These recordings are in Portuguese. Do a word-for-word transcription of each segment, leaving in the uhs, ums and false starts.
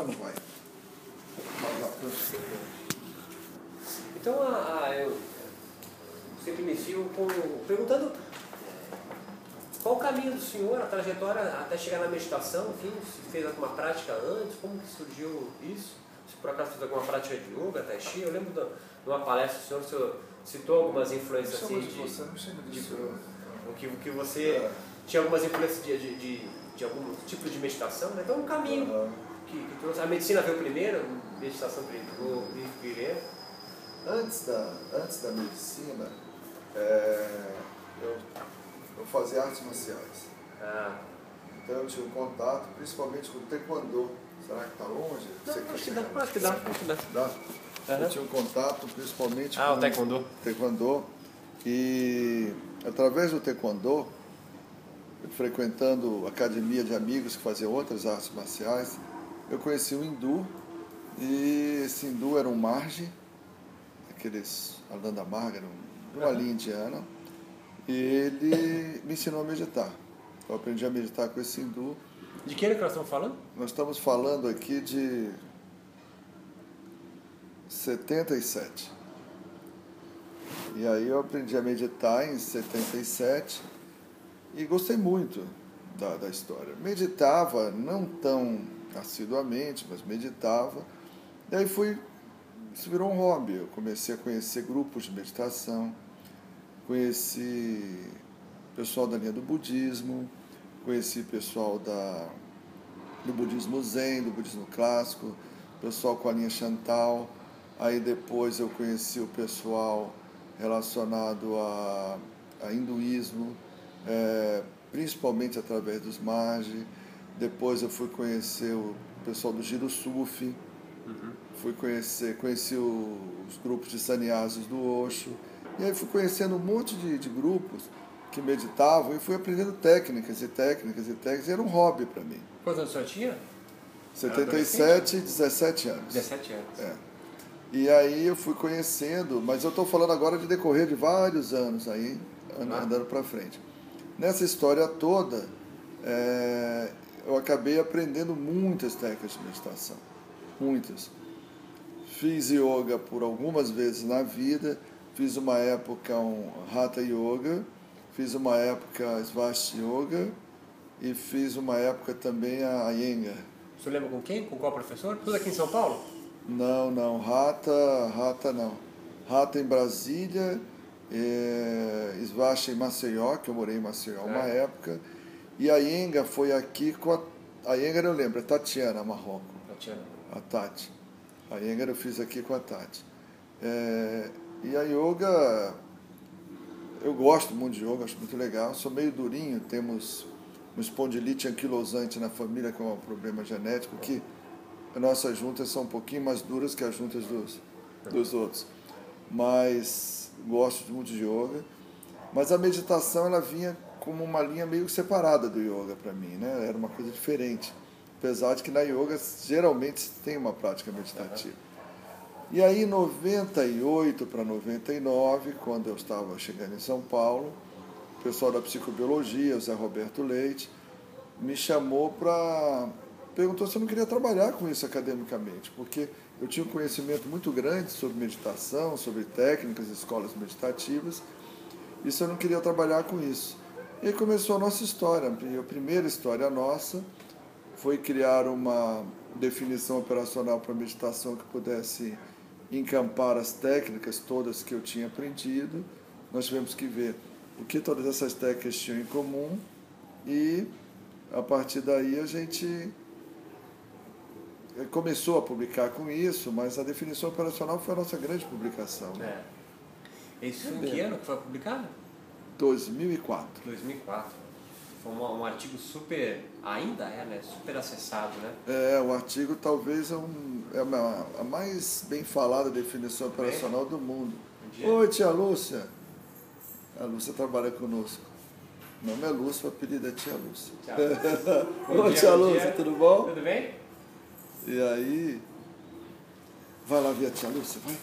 ou não vai? Então, a, a, eu sempre inicio com, perguntando qual o caminho do senhor, a trajetória até chegar na meditação, enfim, se fez alguma prática antes, como que surgiu isso? Se por acaso fez alguma prática de yoga, tai chi? Eu lembro de uma palestra do senhor, o senhor citou algumas influências assim de... Você não chama de de senhor. o que, o que você é. tinha algumas influências de, de, de, de algum tipo de meditação, né? Então um caminho uhum. que, que trouxe. A medicina veio primeiro, a meditação primeiro. Antes da, antes da medicina, é, eu, eu fazia artes marciais. Ah. Então eu tive um contato, principalmente com o taekwondo. Será que está longe? Não, Você acho, que dá, acho que dá, acho que dá. dá? Uhum. Eu tive um contato principalmente ah, com o taekwondo. o taekwondo. E através do taekwondo, frequentando academia de amigos que faziam outras artes marciais, eu conheci o hindu. E esse hindu era um marge, aqueles Alanda Marga, uma linha indiana, e ele me ensinou a meditar. Eu aprendi a meditar com esse hindu. De que ano que nós estamos falando? Nós estamos falando aqui de setenta e sete. E aí eu aprendi a meditar em setenta e sete e gostei muito da, da história. Meditava, não tão assiduamente, mas meditava. E aí fui, isso virou um hobby. Eu comecei a conhecer grupos de meditação, conheci pessoal da linha do budismo, conheci pessoal da, do budismo zen, do budismo clássico, pessoal com a linha Chantal. Aí depois eu conheci o pessoal relacionado a, a hinduísmo, é, principalmente através dos Marge. Depois eu fui conhecer o pessoal do Giro Sufi, uhum. fui conhecer, conheci o, os grupos de sannyasis do Osho, e aí fui conhecendo um monte de, de grupos que meditavam e fui aprendendo técnicas e técnicas e técnicas, e era um hobby para mim. Quantos anos o senhor tinha? setenta e sete, dezessete anos. dezessete anos. É. E aí eu fui conhecendo, mas eu estou falando agora de decorrer de vários anos aí, andando ah. para frente. Nessa história toda, é, eu acabei aprendendo muitas técnicas de meditação, muitas. Fiz yoga por algumas vezes na vida, fiz uma época um Hatha Yoga, fiz uma época Svastika Yoga e fiz uma época também a Iyengar. Você lembra com quem? Com qual professor? Tudo aqui em São Paulo? Não, não, Hatha, Hatha não. Hatha em Brasília, é, Svastika em Maceió, que eu morei em Maceió é. uma época, e a Iyengar foi aqui com a... A Iyengar eu lembro, a Tatiana Marroco. Tatiana. A Tati. A Iyengar eu fiz aqui com a Tati. É, e a Yoga, eu gosto muito de Yoga, acho muito legal. Sou meio durinho, temos uma espondilite anquilosante na família, que é um problema genético, que as nossas juntas são um pouquinho mais duras que as juntas dos, dos outros. Mas gosto muito de Yoga. Mas a meditação, ela vinha como uma linha meio separada do Yoga para mim, né? Era uma coisa diferente. Apesar de que na Yoga, geralmente, se tem uma prática meditativa. E aí, em noventa e oito para noventa e nove, quando eu estava chegando em São Paulo, o pessoal da psicobiologia, o Zé Roberto Leite, me chamou para... perguntou se eu não queria trabalhar com isso academicamente, porque eu tinha um conhecimento muito grande sobre meditação, sobre técnicas, escolas meditativas, e se eu não queria trabalhar com isso. E aí começou a nossa história. A primeira história nossa foi criar uma definição operacional para meditação que pudesse encampar as técnicas todas que eu tinha aprendido. Nós tivemos que ver o que todas essas técnicas tinham em comum e, a partir daí, a gente começou a publicar com isso, mas a definição operacional foi a nossa grande publicação. Né? É. Isso foi em que ano que foi publicado? dois mil e quatro. dois mil e quatro. Foi um, um artigo super, ainda é, né? Super acessado, né? É, o artigo talvez é, um, é uma, a mais bem falada definição operacional bem, do mundo. Oi, tia Lúcia. A Lúcia trabalha conosco. O nome é Lúcia, o apelido é tia Lúcia. Oi, tia Lúcia, tudo bom? Tudo bem? E aí, vai lá ver a tia Lúcia, vai.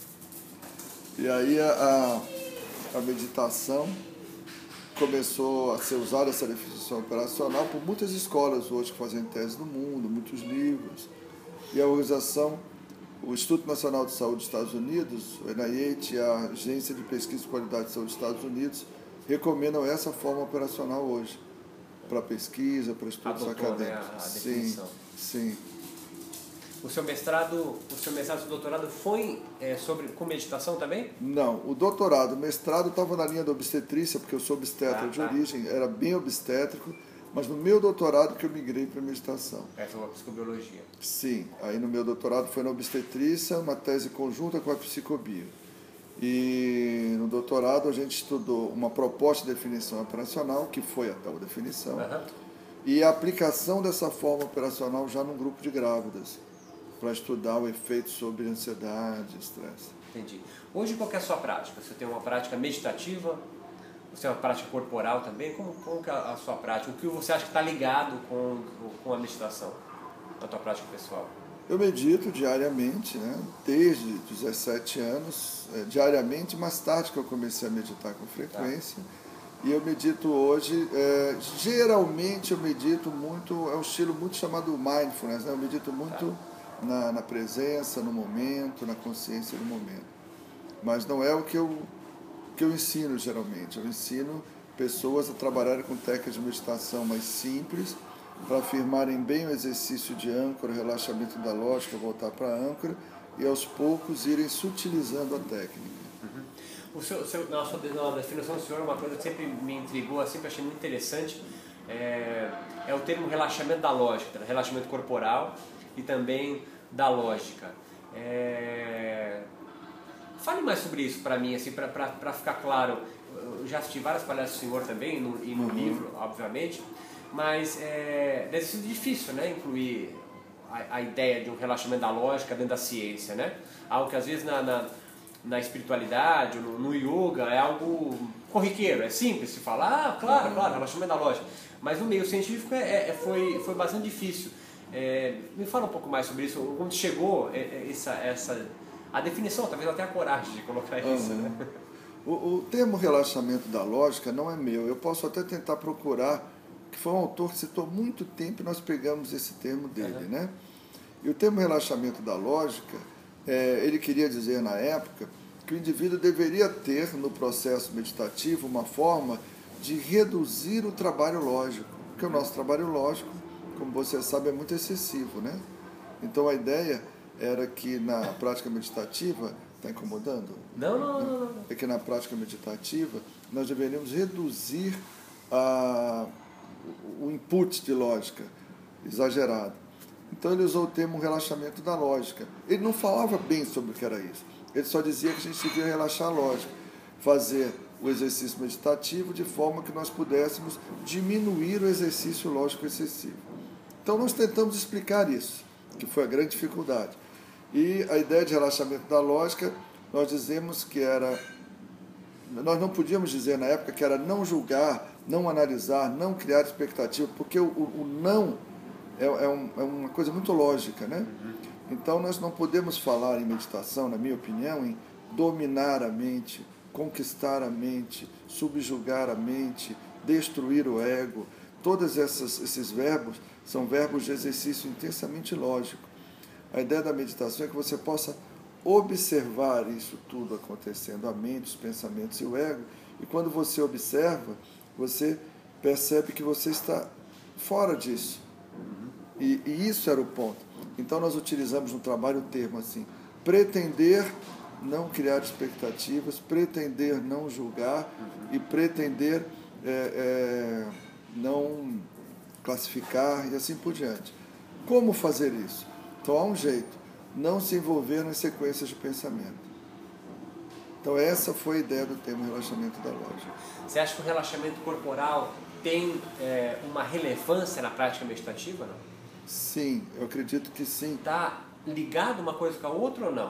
E aí a, a meditação começou a ser usada, essa definição operacional, por muitas escolas hoje que fazem tese no mundo, muitos livros. e a organização, o Instituto Nacional de Saúde dos Estados Unidos, o N I H e a Agência de Pesquisa e Qualidade de Saúde dos Estados Unidos recomendam essa forma operacional hoje, para pesquisa, para estudos Adotou, acadêmicos. Né, a sim, definição. sim. O seu mestrado, o seu mestrado, o seu doutorado foi é, sobre, com meditação também? Não, o doutorado, o mestrado estava na linha da obstetrícia, porque eu sou obstetra Ah, de tá. origem, era bem obstétrico, mas no meu doutorado que eu migrei para a meditação. É, foi uma psicobiologia. Sim, aí no meu doutorado foi na obstetrícia, uma tese conjunta com a psicobio. E no doutorado a gente estudou uma proposta de definição operacional, que foi a tal definição, Uhum. e a aplicação dessa forma operacional já num grupo de grávidas, para estudar o efeito sobre ansiedade, estresse. Entendi. Hoje qual que é a sua prática? Você tem uma prática meditativa? Você tem uma prática corporal também? Como, como que é a sua prática? O que você acha que está ligado com, com a meditação na tua prática pessoal? Eu medito diariamente, né? Desde dezessete anos, é, diariamente, mais tarde que eu comecei a meditar com frequência. Tá. E eu medito hoje, é, geralmente eu medito muito, é um estilo muito chamado mindfulness, né? Eu medito muito tá. na, na presença, no momento, na consciência do momento. Mas não é o que eu, que eu ensino geralmente. Eu ensino pessoas a trabalharem com técnicas de meditação mais simples, para afirmarem bem o exercício de âncora, relaxamento da lógica, voltar para a âncora, e aos poucos irem sutilizando a técnica. Uhum. O seu, o seu, na, sua, na definição do senhor, uma coisa que sempre me intrigou, sempre achei muito interessante, é, é o termo relaxamento da lógica, relaxamento corporal e também da lógica. É, fale mais sobre isso para mim, assim, para ficar claro. Eu já assisti várias palestras do senhor também, no, e no uhum. livro, obviamente, mas é, deve ser difícil, né, incluir a, a ideia de um relaxamento da lógica dentro da ciência, né? Algo que às vezes na, na, na espiritualidade, no, no yoga, é algo corriqueiro, é simples se falar, ah, claro, claro, relaxamento da lógica. Mas no meio científico é, é, foi, foi bastante difícil. É, me fala um pouco mais sobre isso, como chegou essa, essa, a definição, talvez até a coragem de colocar isso, uhum. né? O, o termo relaxamento da lógica não é meu, eu posso até tentar procurar, que foi um autor que citou muito tempo e nós pegamos esse termo dele, uhum. né? E o termo relaxamento da lógica, é, ele queria dizer na época que o indivíduo deveria ter no processo meditativo uma forma de reduzir o trabalho lógico, porque o nosso trabalho lógico, como você sabe, é muito excessivo, né? Então a ideia era que na prática meditativa, está incomodando? Não, não, não, não. É que na prática meditativa nós deveríamos reduzir a o input de lógica exagerado. Então ele usou o termo relaxamento da lógica. Ele não falava bem sobre o que era isso. Ele só dizia que a gente devia relaxar a lógica, fazer o exercício meditativo de forma que nós pudéssemos diminuir o exercício lógico excessivo. Então nós tentamos explicar isso, que foi a grande dificuldade. E a ideia de relaxamento da lógica, nós dizemos que era... Nós não podíamos dizer na época que era não julgar, não analisar, não criar expectativa, porque o, o, o não é, é, um, é uma coisa muito lógica, né? Então nós não podemos falar em meditação, na minha opinião, em dominar a mente, conquistar a mente, subjugar a mente, destruir o ego. Todos esses, esses verbos são verbos de exercício intensamente lógico. A ideia da meditação é que você possa observar isso tudo acontecendo, a mente, os pensamentos e o ego, e quando você observa, você percebe que você está fora disso. E, e isso era o ponto. Então nós utilizamos no trabalho o termo assim, pretender não criar expectativas, pretender não julgar e pretender é, é, não classificar e assim por diante. Como fazer isso? Então há um jeito, não se envolver nas sequências de pensamento. Então essa foi a ideia do termo relaxamento da lógica. Você acha que o relaxamento corporal tem é, uma relevância na prática meditativa, não? Sim, eu acredito que sim. Está ligado uma coisa com a outra ou não?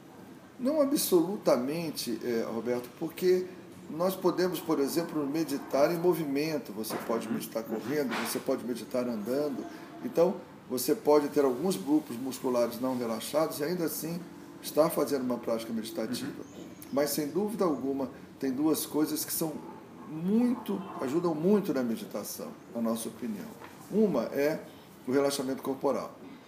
Não absolutamente, é, Roberto, porque nós podemos, por exemplo, meditar em movimento. Você pode meditar correndo, você pode meditar andando. Então, você pode ter alguns grupos musculares não relaxados e ainda assim estar fazendo uma prática meditativa. Uhum. Mas, sem dúvida alguma, tem duas coisas que são muito, ajudam muito na meditação, na nossa opinião. Uma é o relaxamento corporal.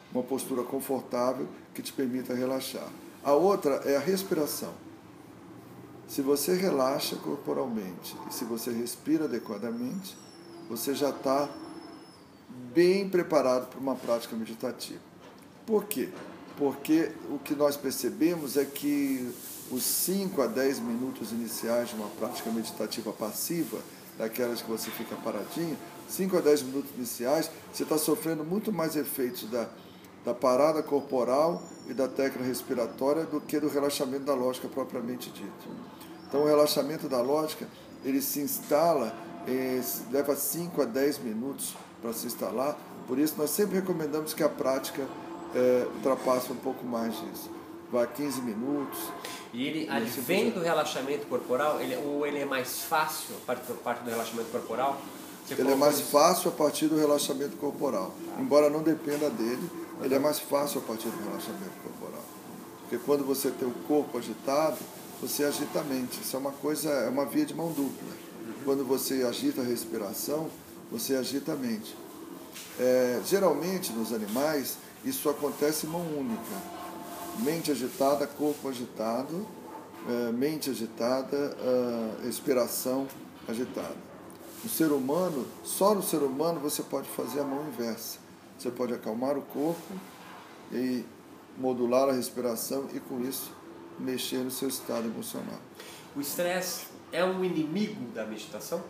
uma postura confortável que te permita relaxar. A outra é a respiração. Se você relaxa corporalmente e se você respira adequadamente, você já está bem preparado para uma prática meditativa. Por quê? Porque o que nós percebemos é que os cinco a dez minutos iniciais de uma prática meditativa passiva, daquelas que você fica paradinho, cinco a dez minutos iniciais, você está sofrendo muito mais efeitos da, da parada corporal e da técnica respiratória do que do relaxamento da lógica propriamente dito. Então, o relaxamento da lógica, ele se instala, eh, leva cinco a dez minutos para se instalar, por isso nós sempre recomendamos que a prática eh, ultrapasse um pouco mais disso. Vai quinze minutos. E ele advém do relaxamento corporal? Ele, ou ele é mais fácil a parte, parte do relaxamento corporal? Você ele é mais isso? fácil a partir do relaxamento corporal. Ah. Embora não dependa dele, uhum. ele é mais fácil a partir do relaxamento corporal. Porque quando você tem o corpo agitado, você agita a mente. Isso é uma coisa, é uma via de mão dupla. Uhum. Quando você agita a respiração, você agita a mente. É, geralmente, nos animais, isso acontece em mão única. Mente agitada, corpo agitado, é, mente agitada, é, respiração agitada. No ser humano, só no ser humano você pode fazer a mão inversa. Você pode acalmar o corpo e modular a respiração e, com isso, mexer no seu estado emocional. O estresse é um inimigo da meditação?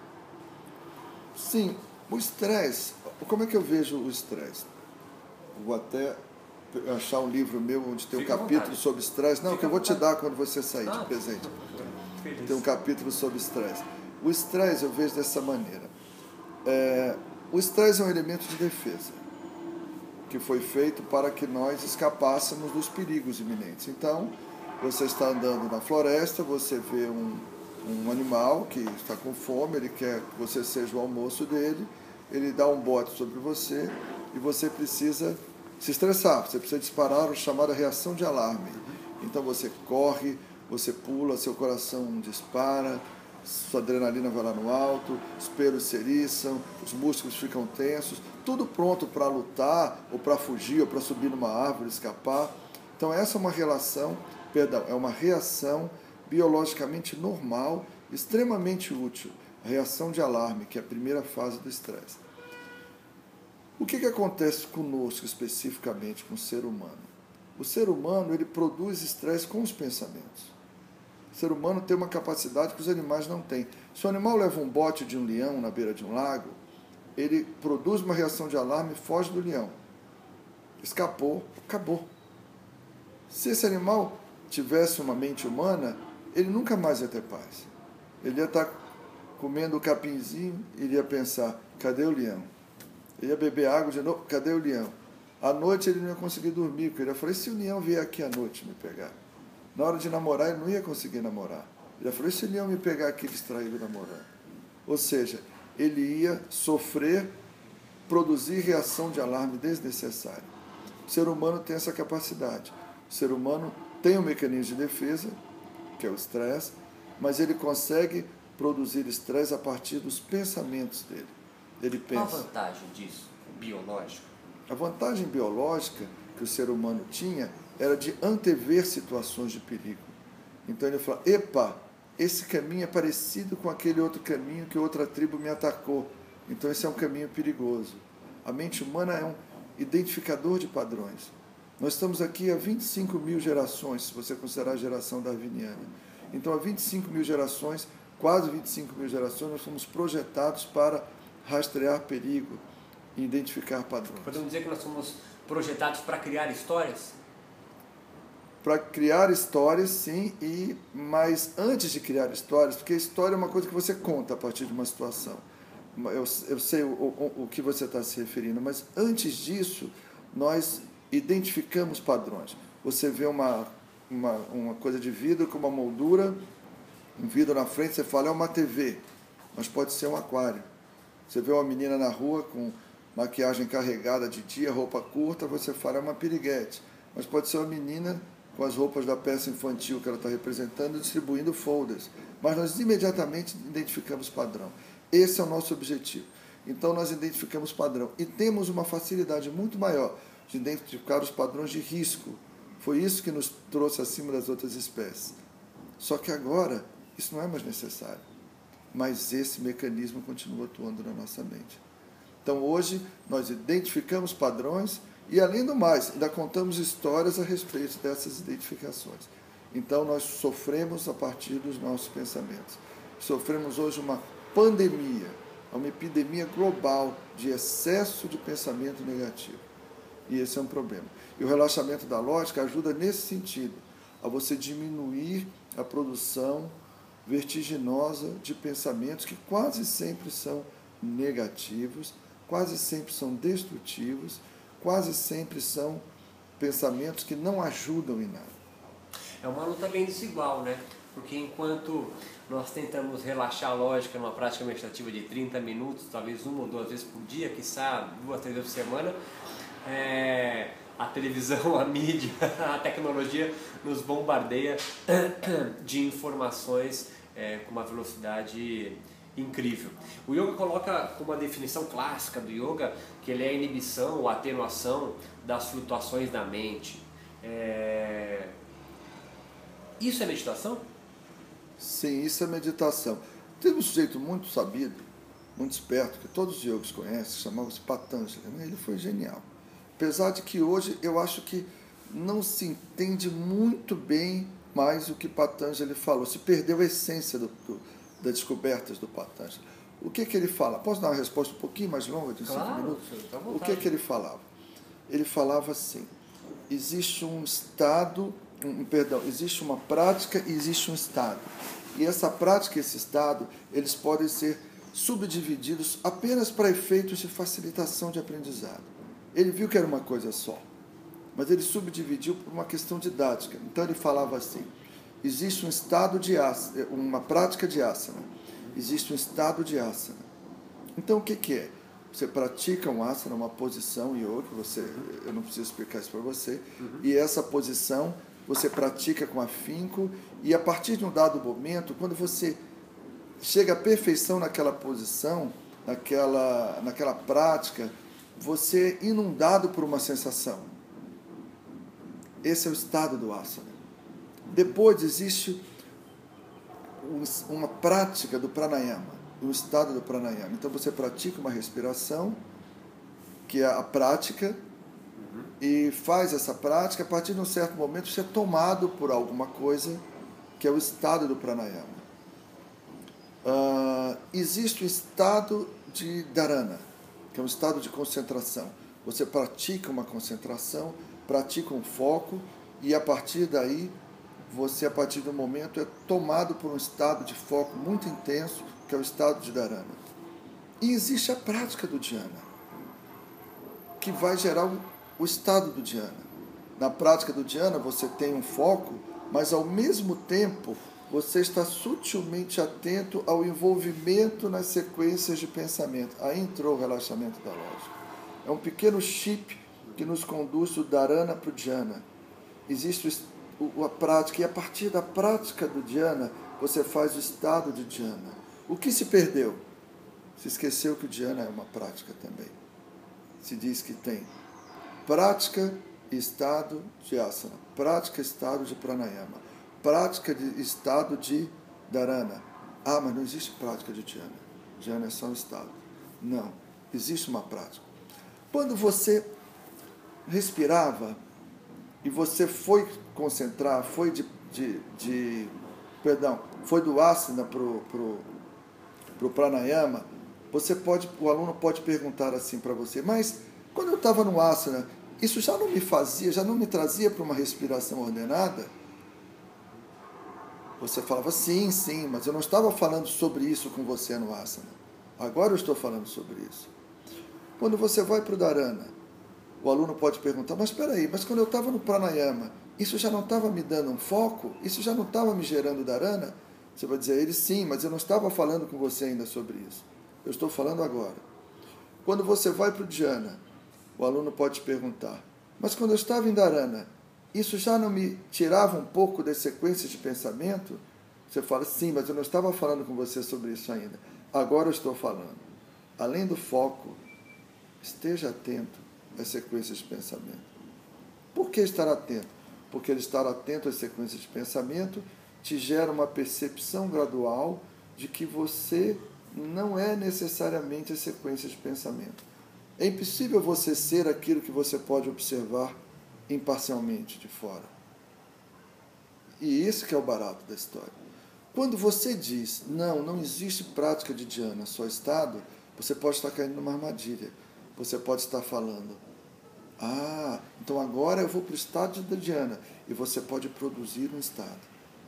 Sim, o estresse. Como é que eu vejo o estresse? Vou até achar um livro meu onde tem um Fica capítulo sobre estresse. Não, Fica que eu vou te dar quando você sair ah, de presente. Tem um capítulo sobre estresse. O estresse eu vejo dessa maneira. É, o estresse é um elemento de defesa que foi feito para que nós escapássemos dos perigos iminentes. Então, você está andando na floresta, você vê um, um animal que está com fome, ele quer que você seja o almoço dele, ele dá um bote sobre você e você precisa se estressar, você precisa disparar o chamado reação de alarme. Então você corre, você pula, seu coração dispara, sua adrenalina vai lá no alto, os pelos se eriçam, os músculos ficam tensos, tudo pronto para lutar, ou para fugir, ou para subir numa árvore, escapar. Então essa é uma relação, perdão, é uma reação biologicamente normal, extremamente útil, a reação de alarme, que é a primeira fase do estresse. O que, que acontece conosco especificamente, com o ser humano? O ser humano ele produz estresse com os pensamentos. O ser humano tem uma capacidade que os animais não têm. Se o animal leva um bote de um leão na beira de um lago, ele produz uma reação de alarme e foge do leão. Escapou, acabou. Se esse animal tivesse uma mente humana, ele nunca mais ia ter paz. Ele ia estar comendo o capinzinho e iria pensar, cadê o leão? Ele ia beber água de novo, cadê o leão? À noite ele não ia conseguir dormir, porque ele ia falar, e se o leão vier aqui à noite me pegar? Na hora de namorar ele não ia conseguir namorar. Ele ia falar, e se o leão me pegar aqui distraído namorando? Ou seja, ele ia sofrer, produzir reação de alarme desnecessária. O ser humano tem essa capacidade. O ser humano tem um mecanismo de defesa, que é o estresse, mas ele consegue produzir estresse a partir dos pensamentos dele. Ele pensa. Qual a vantagem disso, biológica? A vantagem biológica que o ser humano tinha era de antever situações de perigo. Então ele fala, epa, esse caminho é parecido com aquele outro caminho que outra tribo me atacou. Então esse é um caminho perigoso. A mente humana é um identificador de padrões. Nós estamos aqui há vinte e cinco mil gerações, se você considerar a geração darwiniana. Então há vinte e cinco mil gerações, quase vinte e cinco mil gerações, nós fomos projetados para rastrear perigo e identificar padrões. Podemos dizer que nós somos projetados para criar histórias? Para criar histórias, sim, e, mas antes de criar histórias, porque a história é uma coisa que você conta a partir de uma situação. Eu, eu sei o, o, o que você está se referindo, mas antes disso, nós identificamos padrões. Você vê uma, uma, uma coisa de vidro com uma moldura, um vidro na frente, você fala, é uma T V, mas pode ser um aquário. Você vê uma menina na rua com maquiagem carregada de dia, roupa curta, você fala, é uma piriguete. Mas pode ser uma menina com as roupas da peça infantil que ela está representando, distribuindo folders. Mas nós imediatamente identificamos padrão. Esse é o nosso objetivo. Então nós identificamos padrão. E temos uma facilidade muito maior, de identificar os padrões de risco. Foi isso que nos trouxe acima das outras espécies. Só que agora, isso não é mais necessário. Mas esse mecanismo continua atuando na nossa mente. Então, hoje, nós identificamos padrões e, além do mais, ainda contamos histórias a respeito dessas identificações. Então, nós sofremos a partir dos nossos pensamentos. Sofremos hoje uma pandemia, uma epidemia global de excesso de pensamento negativo. E esse é um problema. E o relaxamento da lógica ajuda nesse sentido, a você diminuir a produção vertiginosa de pensamentos que quase sempre são negativos, quase sempre são destrutivos, quase sempre são pensamentos que não ajudam em nada. É uma luta bem desigual, né? Porque enquanto nós tentamos relaxar a lógica numa prática meditativa de trinta minutos, talvez uma ou duas vezes por dia, quiçá duas, três vezes por semana, é, a televisão, a mídia, a tecnologia nos bombardeia de informações é, com uma velocidade incrível. O yoga coloca como uma definição clássica do yoga que ele é a inibição ou atenuação das flutuações da mente. É... Isso é meditação? Sim, isso é meditação. Tem um sujeito muito sabido, muito esperto, que todos os yogis conhecem, chamava-se Patanjali. Ele foi genial. Apesar de que hoje eu acho que não se entende muito bem mais o que Patanjali falou. Se perdeu a essência do, do, das descobertas do Patanjali. O que, que ele fala? Posso dar uma resposta um pouquinho mais longa, de claro, cinco minutos? Senhor, tá à o vontade. que, que ele falava? Ele falava assim, existe um estado, um, perdão, existe uma prática e existe um estado. E essa prática e esse estado, eles podem ser subdivididos apenas para efeitos de facilitação de aprendizado. Ele viu que era uma coisa só, mas ele subdividiu por uma questão didática. Então ele falava assim, existe um estado de asana, uma prática de asana, existe um estado de asana. Então o que, que é? Você pratica um asana, uma posição yoga, você, eu não preciso explicar isso para você, uhum. E essa posição você pratica com afinco, e a partir de um dado momento, quando você chega à perfeição naquela posição, naquela, naquela prática, você é inundado por uma sensação. Esse é o estado do asana. Depois existe uma prática do pranayama, um estado do pranayama. Então você pratica uma respiração, que é a prática, uhum. E faz essa prática, a partir de um certo momento você é tomado por alguma coisa, que é o estado do pranayama. Uh, existe o estado de dharana, que é um estado de concentração. Você pratica uma concentração, pratica um foco, e a partir daí, você, a partir do momento, é tomado por um estado de foco muito intenso, que é o estado de dharana. E existe a prática do dhyana, que vai gerar o, o estado do dhyana. Na prática do dhyana, você tem um foco, mas ao mesmo tempo, você está sutilmente atento ao envolvimento nas sequências de pensamento. Aí entrou o relaxamento da lógica. É um pequeno chip que nos conduz do dharana para o dhyana. Existe a prática, e a partir da prática do dhyana, você faz o estado de dhyana. O que se perdeu? Se esqueceu que o dhyana é uma prática também. Se diz que tem prática e estado de asana, prática e estado de pranayama, prática de estado de dharana. Ah, mas não existe prática de dhyana. Dhyana é só um estado. Não, existe uma prática. Quando você respirava e você foi concentrar, foi de, de, de perdão, foi do asana para o pro, pro pranayama, você pode, o aluno pode perguntar assim para você, mas quando eu estava no asana, isso já não me fazia, já não me trazia para uma respiração ordenada? Você falava, sim, sim, mas eu não estava falando sobre isso com você no asana. Agora eu estou falando sobre isso. Quando você vai para o dharana, o aluno pode perguntar, mas espera aí, mas quando eu estava no pranayama, isso já não estava me dando um foco? Isso já não estava me gerando dharana? Você vai dizer a ele, sim, mas eu não estava falando com você ainda sobre isso. Eu estou falando agora. Quando você vai para o dhyana, o aluno pode perguntar, mas quando eu estava em dharana, isso já não me tirava um pouco das sequências de pensamento? Você fala, sim, mas eu não estava falando com você sobre isso ainda. Agora eu estou falando. Além do foco, esteja atento às sequências de pensamento. Por que estar atento? Porque ele estar atento às sequências de pensamento te gera uma percepção gradual de que você não é necessariamente as sequências de pensamento. É impossível você ser aquilo que você pode observar imparcialmente de fora. E esse que é o barato da história. Quando você diz, não, não existe prática de dhyana, só estado, você pode estar caindo numa armadilha. Você pode estar falando, ah, então agora eu vou para o estado de dhyana, e você pode produzir um estado.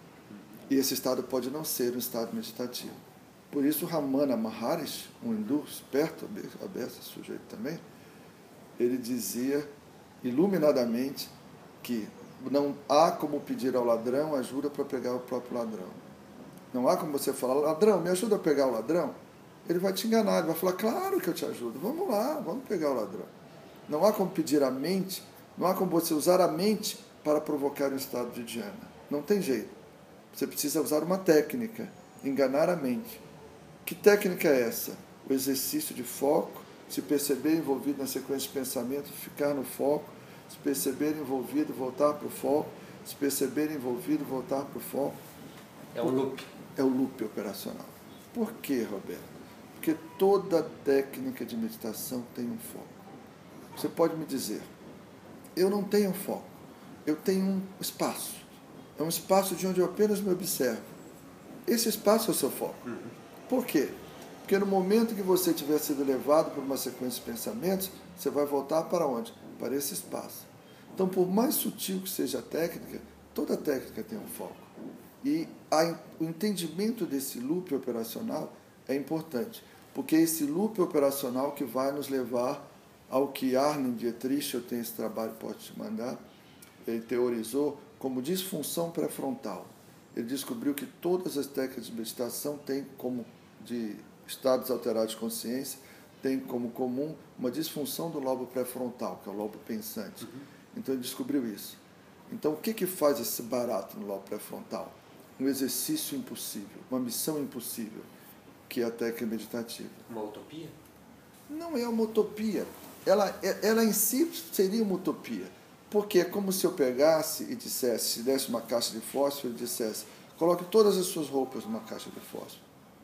E esse estado pode não ser um estado meditativo. Por isso, Ramana Maharishi, um hindu esperto, aberto, sujeito também, ele dizia iluminadamente que não há como pedir ao ladrão ajuda para pegar o próprio ladrão. Não há como você falar, ladrão, me ajuda a pegar o ladrão. Ele vai te enganar, ele vai falar, claro que eu te ajudo, vamos lá, vamos pegar o ladrão. Não há como pedir a mente, não há como você usar a mente para provocar um estado de dhyana. Não tem jeito. Você precisa usar uma técnica, enganar a mente. Que técnica é essa? O exercício de foco, se perceber envolvido na sequência de pensamento, ficar no foco, se perceber envolvido, voltar para o foco, se perceber envolvido, voltar para o foco. É um loop. É o loop operacional. Por quê, Roberto? Porque toda técnica de meditação tem um foco. Você pode me dizer, eu não tenho foco, eu tenho um espaço. É um espaço de onde eu apenas me observo. Esse espaço é o seu foco. Uhum. Por quê? Porque no momento que você tiver sido levado por uma sequência de pensamentos, você vai voltar para onde? Para esse espaço. Então, por mais sutil que seja a técnica, toda técnica tem um foco. E a, o entendimento desse loop operacional é importante, porque é esse loop operacional que vai nos levar ao que Arne Dietrich, eu tenho esse trabalho, pode te mandar, ele teorizou como disfunção pré-frontal. Ele descobriu que todas as técnicas de meditação têm como, de estados alterados de consciência, têm como comum uma disfunção do lobo pré-frontal, que é o lobo pensante. Uhum. Então ele descobriu isso. Então o que, que faz esse barato no lobo pré-frontal? Um exercício impossível, uma missão impossível, que é a técnica meditativa. Uma utopia? Não é uma utopia. Ela, ela em si seria uma utopia. Porque é como se eu pegasse e dissesse, se desse uma caixa de fósforo e dissesse, coloque todas as suas roupas numa caixa de fósforo.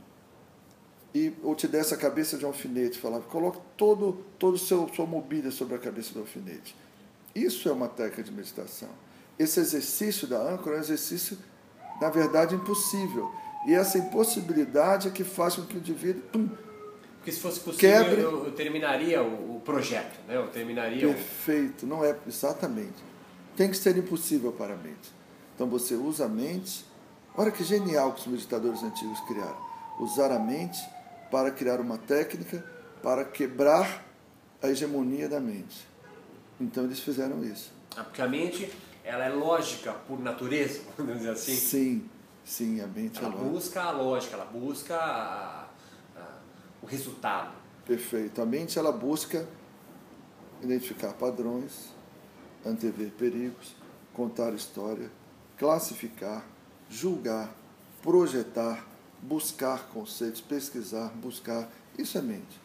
E ou te desse a cabeça de um alfinete, falava, coloque todo, todo o seu sua mobília sobre a cabeça do alfinete. Isso é uma técnica de meditação. Esse exercício da âncora é um exercício, na verdade, impossível. E essa impossibilidade é que faz com que o indivíduo... Pum, porque se fosse possível, quebre... eu, eu terminaria o, o projeto, né? Eu terminaria Perfeito, o... não é exatamente. Tem que ser impossível para a mente. Então você usa a mente. Olha que genial que os meditadores antigos criaram. Usar a mente para criar uma técnica para quebrar a hegemonia da mente. Então eles fizeram isso. Ah, porque a mente, ela é lógica por natureza, vamos dizer assim? Sim, sim, a mente ela é lógica. busca a lógica, ela busca a, a, o resultado. Perfeito. A mente, ela busca identificar padrões, antever perigos, contar história, classificar, julgar, projetar, buscar conceitos, pesquisar, buscar. Isso é mente.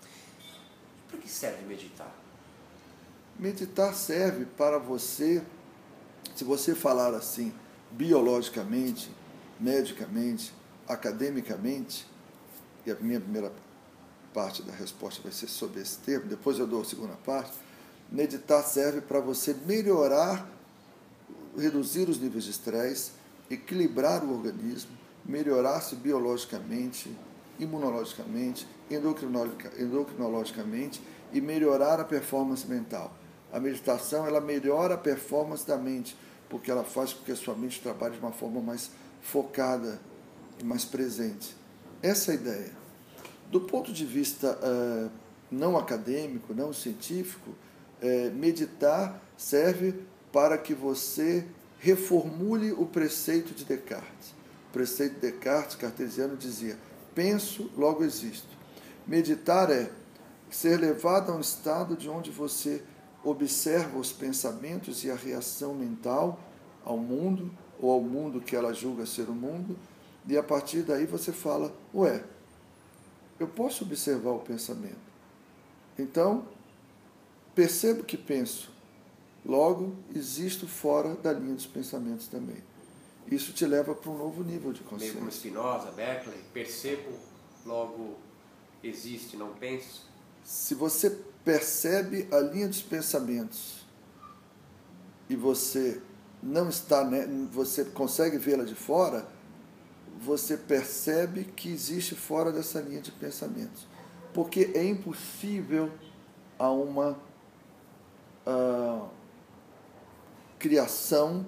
Para que serve meditar? Meditar serve para você, se você falar assim, biologicamente, medicamente, academicamente, e a minha primeira parte da resposta vai ser sobre esse termo, depois eu dou a segunda parte, meditar serve para você melhorar, reduzir os níveis de estresse, equilibrar o organismo, melhorar-se biologicamente, imunologicamente, endocrinologicamente e melhorar a performance mental. A meditação, ela melhora a performance da mente, porque ela faz com que a sua mente trabalhe de uma forma mais focada e mais presente. Essa é a ideia. Do ponto de vista uh, não acadêmico, não científico, uh, meditar serve para que você reformule o preceito de Descartes. O preceito de Descartes, cartesiano, dizia, penso, logo existo. Meditar é ser levado a um estado de onde você observa os pensamentos e a reação mental ao mundo, ou ao mundo que ela julga ser o mundo, e a partir daí você fala, ué, eu posso observar o pensamento. Então, percebo que penso, logo existo fora da linha dos pensamentos também. Isso te leva para um novo nível de consciência. Meio como Spinoza, Berkeley, percebo, logo existe, não penso. Se você percebe a linha dos pensamentos e você não está, né, você consegue vê-la de fora, você percebe que existe fora dessa linha de pensamentos. Porque é impossível a uma uh, criação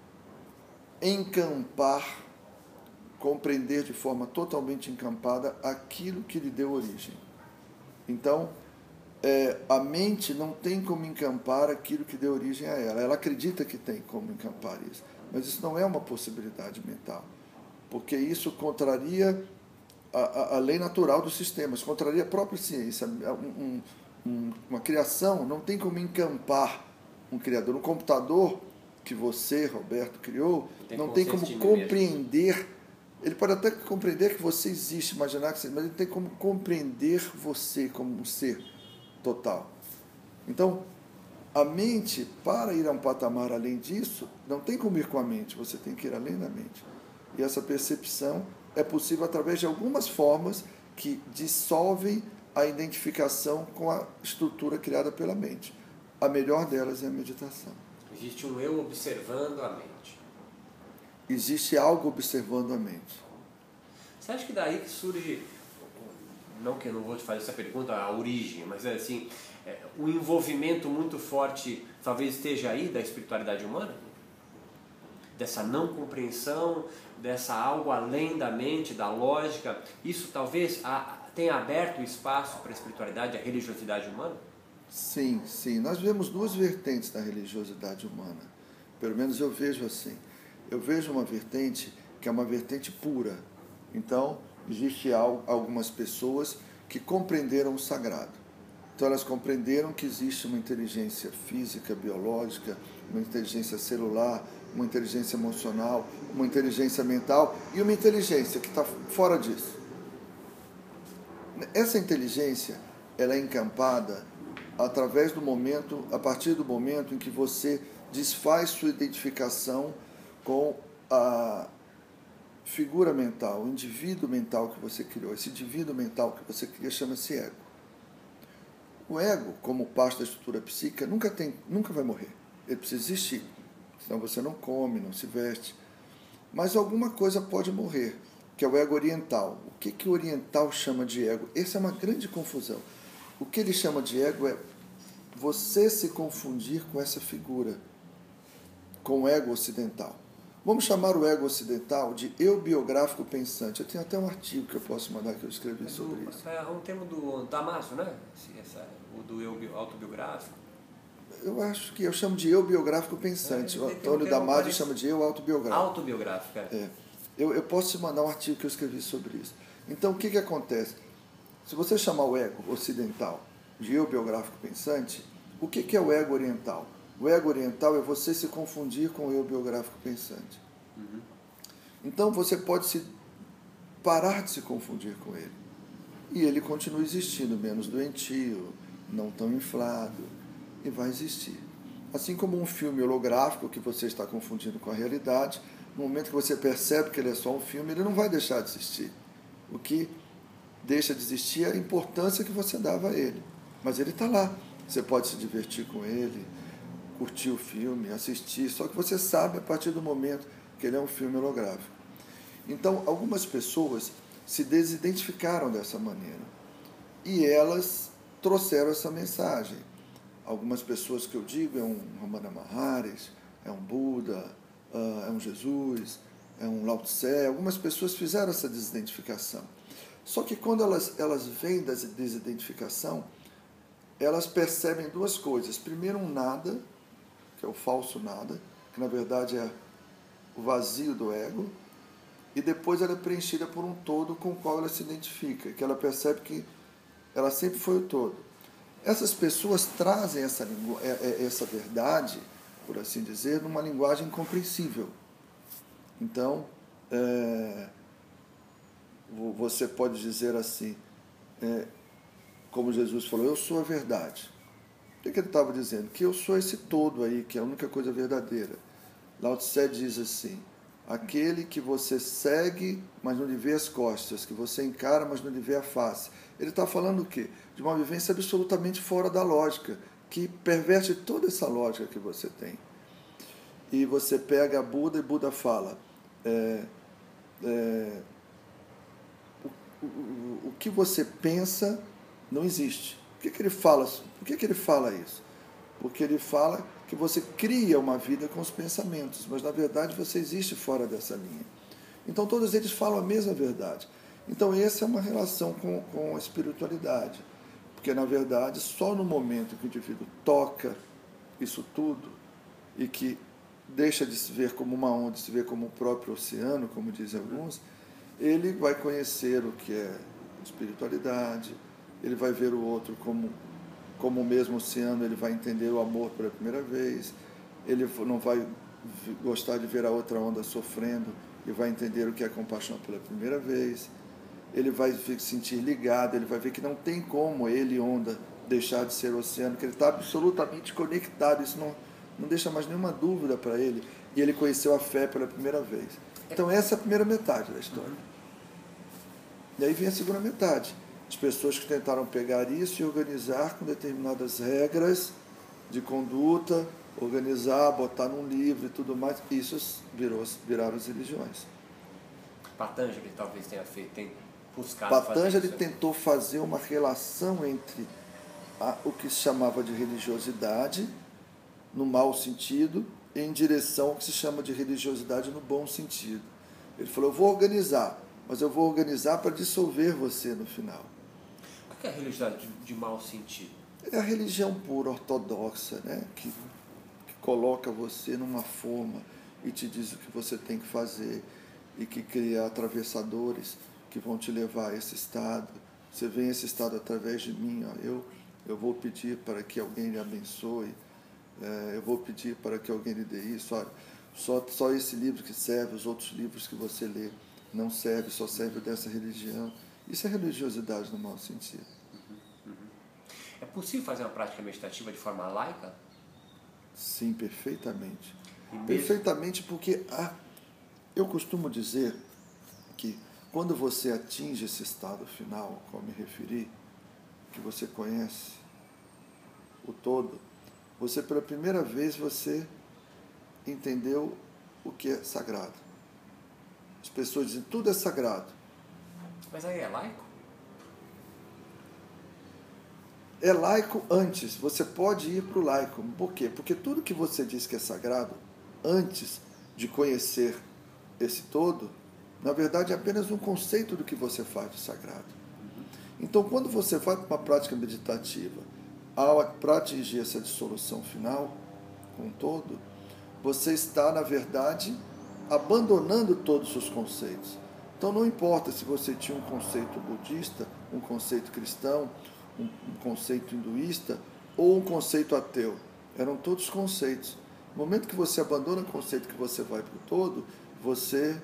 encampar, compreender de forma totalmente encampada aquilo que lhe deu origem. Então, é, a mente não tem como encampar aquilo que deu origem a ela. Ela acredita que tem como encampar isso, mas isso não é uma possibilidade mental, porque isso contraria a, a, a lei natural dos sistemas, contraria a própria ciência. Um, um, uma criação não tem como encampar um criador. Um computador que você, Roberto, criou, tem não tem como compreender mesmo. Ele pode até compreender que você existe, imaginar que você, mas ele tem como compreender você como um ser total. Então, a mente, para ir a um patamar além disso, não tem como ir com a mente, você tem que ir além da mente. E essa percepção é possível através de algumas formas que dissolvem a identificação com a estrutura criada pela mente. A melhor delas é a meditação. Existe um eu observando a mente. Existe algo observando a mente. Você acha que daí que surge, não que eu não vou te fazer essa pergunta, a origem, mas é assim, é, o envolvimento muito forte talvez esteja aí da espiritualidade humana? Dessa não compreensão, dessa algo além da mente, da lógica, isso talvez a, tenha aberto espaço para a espiritualidade, a religiosidade humana? Sim, sim. Nós vemos duas vertentes da religiosidade humana. Pelo menos eu vejo assim. Eu vejo uma vertente que é uma vertente pura. Então, existe algumas pessoas que compreenderam o sagrado. Então, elas compreenderam que existe uma inteligência física, biológica, uma inteligência celular, uma inteligência emocional, uma inteligência mental e uma inteligência que está fora disso. Essa inteligência, ela é encampada através do momento, a partir do momento em que você desfaz sua identificação com a figura mental, o indivíduo mental que você criou. Esse indivíduo mental que você cria chama-se ego. O ego, como parte da estrutura psíquica, nunca, tem, nunca vai morrer. Ele precisa existir, senão você não come, não se veste. Mas alguma coisa pode morrer, que é o ego oriental. O que, que o oriental chama de ego? Essa é uma grande confusão. O que ele chama de ego é você se confundir com essa figura, com o ego ocidental. Vamos chamar o ego ocidental de eu biográfico pensante. Eu tenho até um artigo que eu posso mandar que eu escrevi sobre isso. É um termo do Damasio, né? Essa, o do eu autobiográfico. Eu acho que eu chamo de eu biográfico pensante. É, o Antônio um Damasio chama de eu autobiográfico. Autobiográfico, é. é. Eu, eu posso te mandar um artigo que eu escrevi sobre isso. Então, o que, que acontece? Se você chamar o ego ocidental de eu biográfico pensante, o que, que é o ego oriental? O ego oriental é você se confundir com o eu biográfico pensante. Uhum. Então, você pode se parar de se confundir com ele. E ele continua existindo, menos doentio, não tão inflado, e vai existir. Assim como um filme holográfico que você está confundindo com a realidade, no momento que você percebe que ele é só um filme, ele não vai deixar de existir. O que deixa de existir é a importância que você dava a ele. Mas ele está lá. Você pode se divertir com ele, curtir o filme, assistir, só que você sabe a partir do momento que ele é um filme holográfico. Então, algumas pessoas se desidentificaram dessa maneira e elas trouxeram essa mensagem. Algumas pessoas que eu digo é um Ramana Maharis, é um Buda, é um Jesus, é um Lao Tse. Algumas pessoas fizeram essa desidentificação. Só que quando elas, elas vêm da desidentificação, elas percebem duas coisas. Primeiro, um nada, que é o falso nada, que na verdade é o vazio do ego, e depois ela é preenchida por um todo com o qual ela se identifica, que ela percebe que ela sempre foi o todo. Essas pessoas trazem essa, essa verdade, por assim dizer, numa linguagem compreensível. Então, é, você pode dizer assim, é, como Jesus falou, eu sou a verdade. que, que ele estava dizendo? Que eu sou esse todo aí, que é a única coisa verdadeira. Lao Tse diz assim: aquele que você segue, mas não lhe vê as costas, que você encara, mas não lhe vê a face. Ele está falando o quê? De uma vivência absolutamente fora da lógica, que perverte toda essa lógica que você tem. E você pega Buda e Buda fala, é, é, o, o, o que você pensa não existe. Por que, que ele fala, por que, que ele fala isso? Porque ele fala que você cria uma vida com os pensamentos, mas na verdade você existe fora dessa linha. Então todos eles falam a mesma verdade. Então essa é uma relação com, com a espiritualidade, porque na verdade só no momento que o indivíduo toca isso tudo e que deixa de se ver como uma onda, de se ver como o próprio oceano, como dizem alguns, ele vai conhecer o que é espiritualidade, ele vai ver o outro como, como o mesmo oceano, ele vai entender o amor pela primeira vez, ele não vai gostar de ver a outra onda sofrendo e vai entender o que é compaixão pela primeira vez, ele vai se sentir ligado, ele vai ver que não tem como ele, onda, deixar de ser oceano, que ele está absolutamente conectado, isso não, não deixa mais nenhuma dúvida para ele, e ele conheceu a fé pela primeira vez. Então essa é a primeira metade da história. E aí vem a segunda metade, as pessoas que tentaram pegar isso e organizar com determinadas regras de conduta, organizar, botar num livro e tudo mais, isso virou, viraram as religiões. Patanjali talvez tenha feito, tem buscado Patanjali fazer isso. tentou fazer uma relação entre a, o que se chamava de religiosidade, no mau sentido, em direção ao que se chama de religiosidade no bom sentido. Ele falou, eu vou organizar, mas eu vou organizar para dissolver você no final. O que é religiosidade de, de mau sentido? É a religião pura, ortodoxa, né? que, que coloca você numa forma e te diz o que você tem que fazer e que cria atravessadores que vão te levar a esse estado. Você vem a esse estado através de mim, ó. Eu, eu vou pedir para que alguém lhe abençoe, é, eu vou pedir para que alguém lhe dê isso. Olha, só, só esse livro que serve, os outros livros que você lê não serve, só serve dessa religião. Isso é religiosidade no mau sentido. Uhum, uhum. É possível fazer uma prática meditativa de forma laica? Sim, perfeitamente. Mesmo... Perfeitamente, porque há, eu costumo dizer que quando você atinge esse estado final, ao qual me referi, que você conhece o todo, você pela primeira vez você entendeu o que é sagrado. As pessoas dizem, tudo é sagrado. Mas aí é laico? É laico antes, você pode ir para o laico. Por quê? Porque tudo que você diz que é sagrado, antes de conhecer esse todo, na verdade é apenas um conceito do que você faz de sagrado. Então, quando você faz uma prática meditativa, para atingir essa dissolução final, com todo, você está, na verdade, abandonando todos os conceitos. Então, não importa se você tinha um conceito budista, um conceito cristão, um, um conceito hinduísta ou um conceito ateu. Eram todos conceitos. No momento que você abandona o conceito, que você vai para o todo, você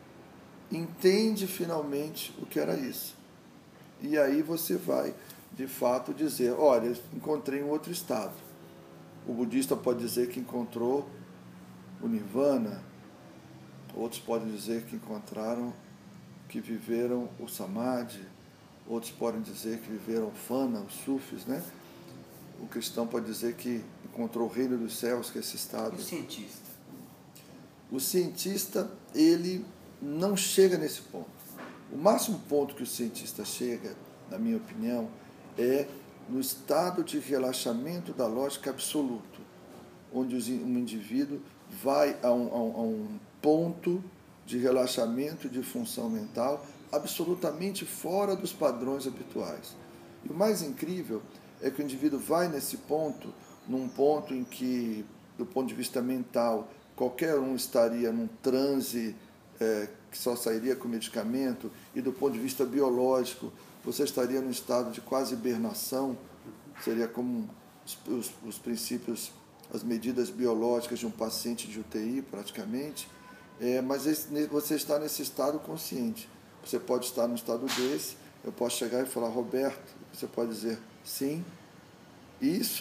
entende finalmente o que era isso. E aí você vai, de fato, dizer, olha, encontrei um outro estado. O budista pode dizer que encontrou o nirvana, outros podem dizer que encontraram, que viveram o samadhi, outros podem dizer que viveram o fana, os sufis, né? O cristão pode dizer que encontrou o reino dos céus, que é esse estado. E o cientista? O cientista, ele não chega nesse ponto. O máximo ponto que o cientista chega, na minha opinião, é no estado de relaxamento da lógica absoluto, onde um indivíduo vai a um, a um ponto de relaxamento e de função mental absolutamente fora dos padrões habituais. E o mais incrível é que o indivíduo vai nesse ponto, num ponto em que, do ponto de vista mental, qualquer um estaria num transe é, que só sairia com medicamento, e do ponto de vista biológico, você estaria num estado de quase hibernação, seria como os, os, os princípios, as medidas biológicas de um paciente de U T I, praticamente, é, mas esse, você está nesse estado consciente. Você pode estar num estado desse, eu posso chegar e falar, Roberto, você pode dizer sim, isso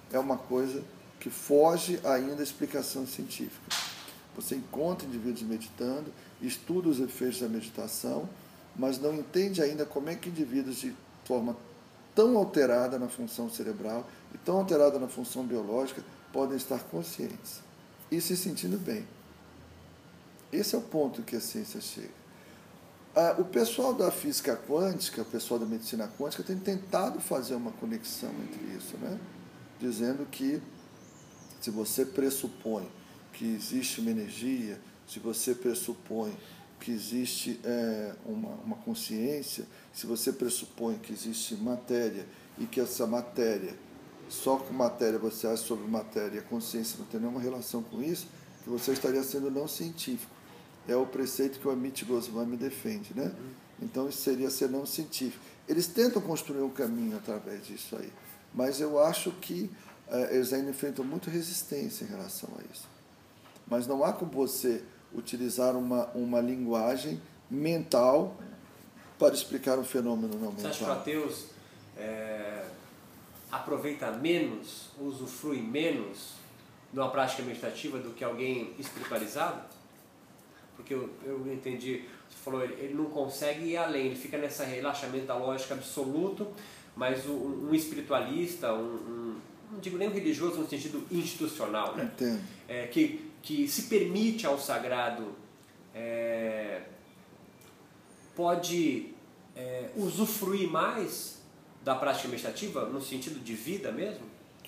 é uma coisa que foge ainda à explicação científica. Você encontra indivíduos meditando, estuda os efeitos da meditação, mas não entende ainda como é que indivíduos de forma tão alterada na função cerebral e tão alterada na função biológica podem estar conscientes e se sentindo bem. Esse é o ponto que a ciência chega. Ah, o pessoal da física quântica, o pessoal da medicina quântica tem tentado fazer uma conexão entre isso, né? Dizendo que se você pressupõe que existe uma energia, se você pressupõe que existe é, uma, uma consciência, se você pressupõe que existe matéria e que essa matéria, só com matéria você acha sobre matéria e a consciência não tem nenhuma relação com isso, que você estaria sendo não científico. É o preceito que o Amit Goswami defende, né? Então isso seria ser não científico. Eles tentam construir um caminho através disso aí, mas eu acho que é, eles ainda enfrentam muita resistência em relação a isso. Mas não há como você utilizar uma, uma linguagem mental para explicar um fenômeno não mental. Você acha que o ateus é, aproveita menos, usufrui menos de uma prática meditativa do que alguém espiritualizado? Porque eu, eu entendi, você falou, ele, ele não consegue ir além, ele fica nesse relaxamento da lógica absoluto, mas um, um espiritualista, um, um, não digo nem um religioso no sentido institucional, né? Entendo. É, que, que se permite ao sagrado, é, pode é, usufruir mais da prática meditativa no sentido de vida mesmo?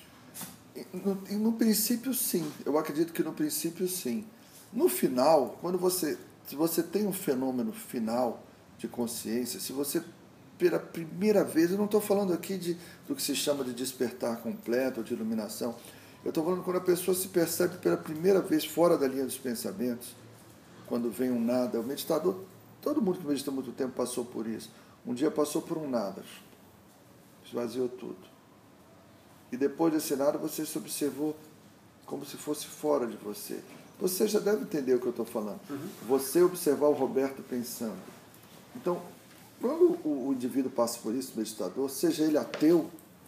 No, no princípio, sim. Eu acredito que no princípio, sim. No final, quando você, se você tem um fenômeno final de consciência, se você, pela primeira vez, eu não estou falando aqui de, do que se chama de despertar completo ou de iluminação, eu estou falando quando a pessoa se percebe pela primeira vez fora da linha dos pensamentos, quando vem um nada. O meditador, todo mundo que medita há muito tempo passou por isso. Um dia passou por um nada, esvaziou tudo. E depois desse nada você se observou como se fosse fora de você. Você já deve entender o que eu estou falando. Uhum. Você observar o Roberto pensando. Então, quando o, o indivíduo passa por isso, o meditador, seja ele ateu,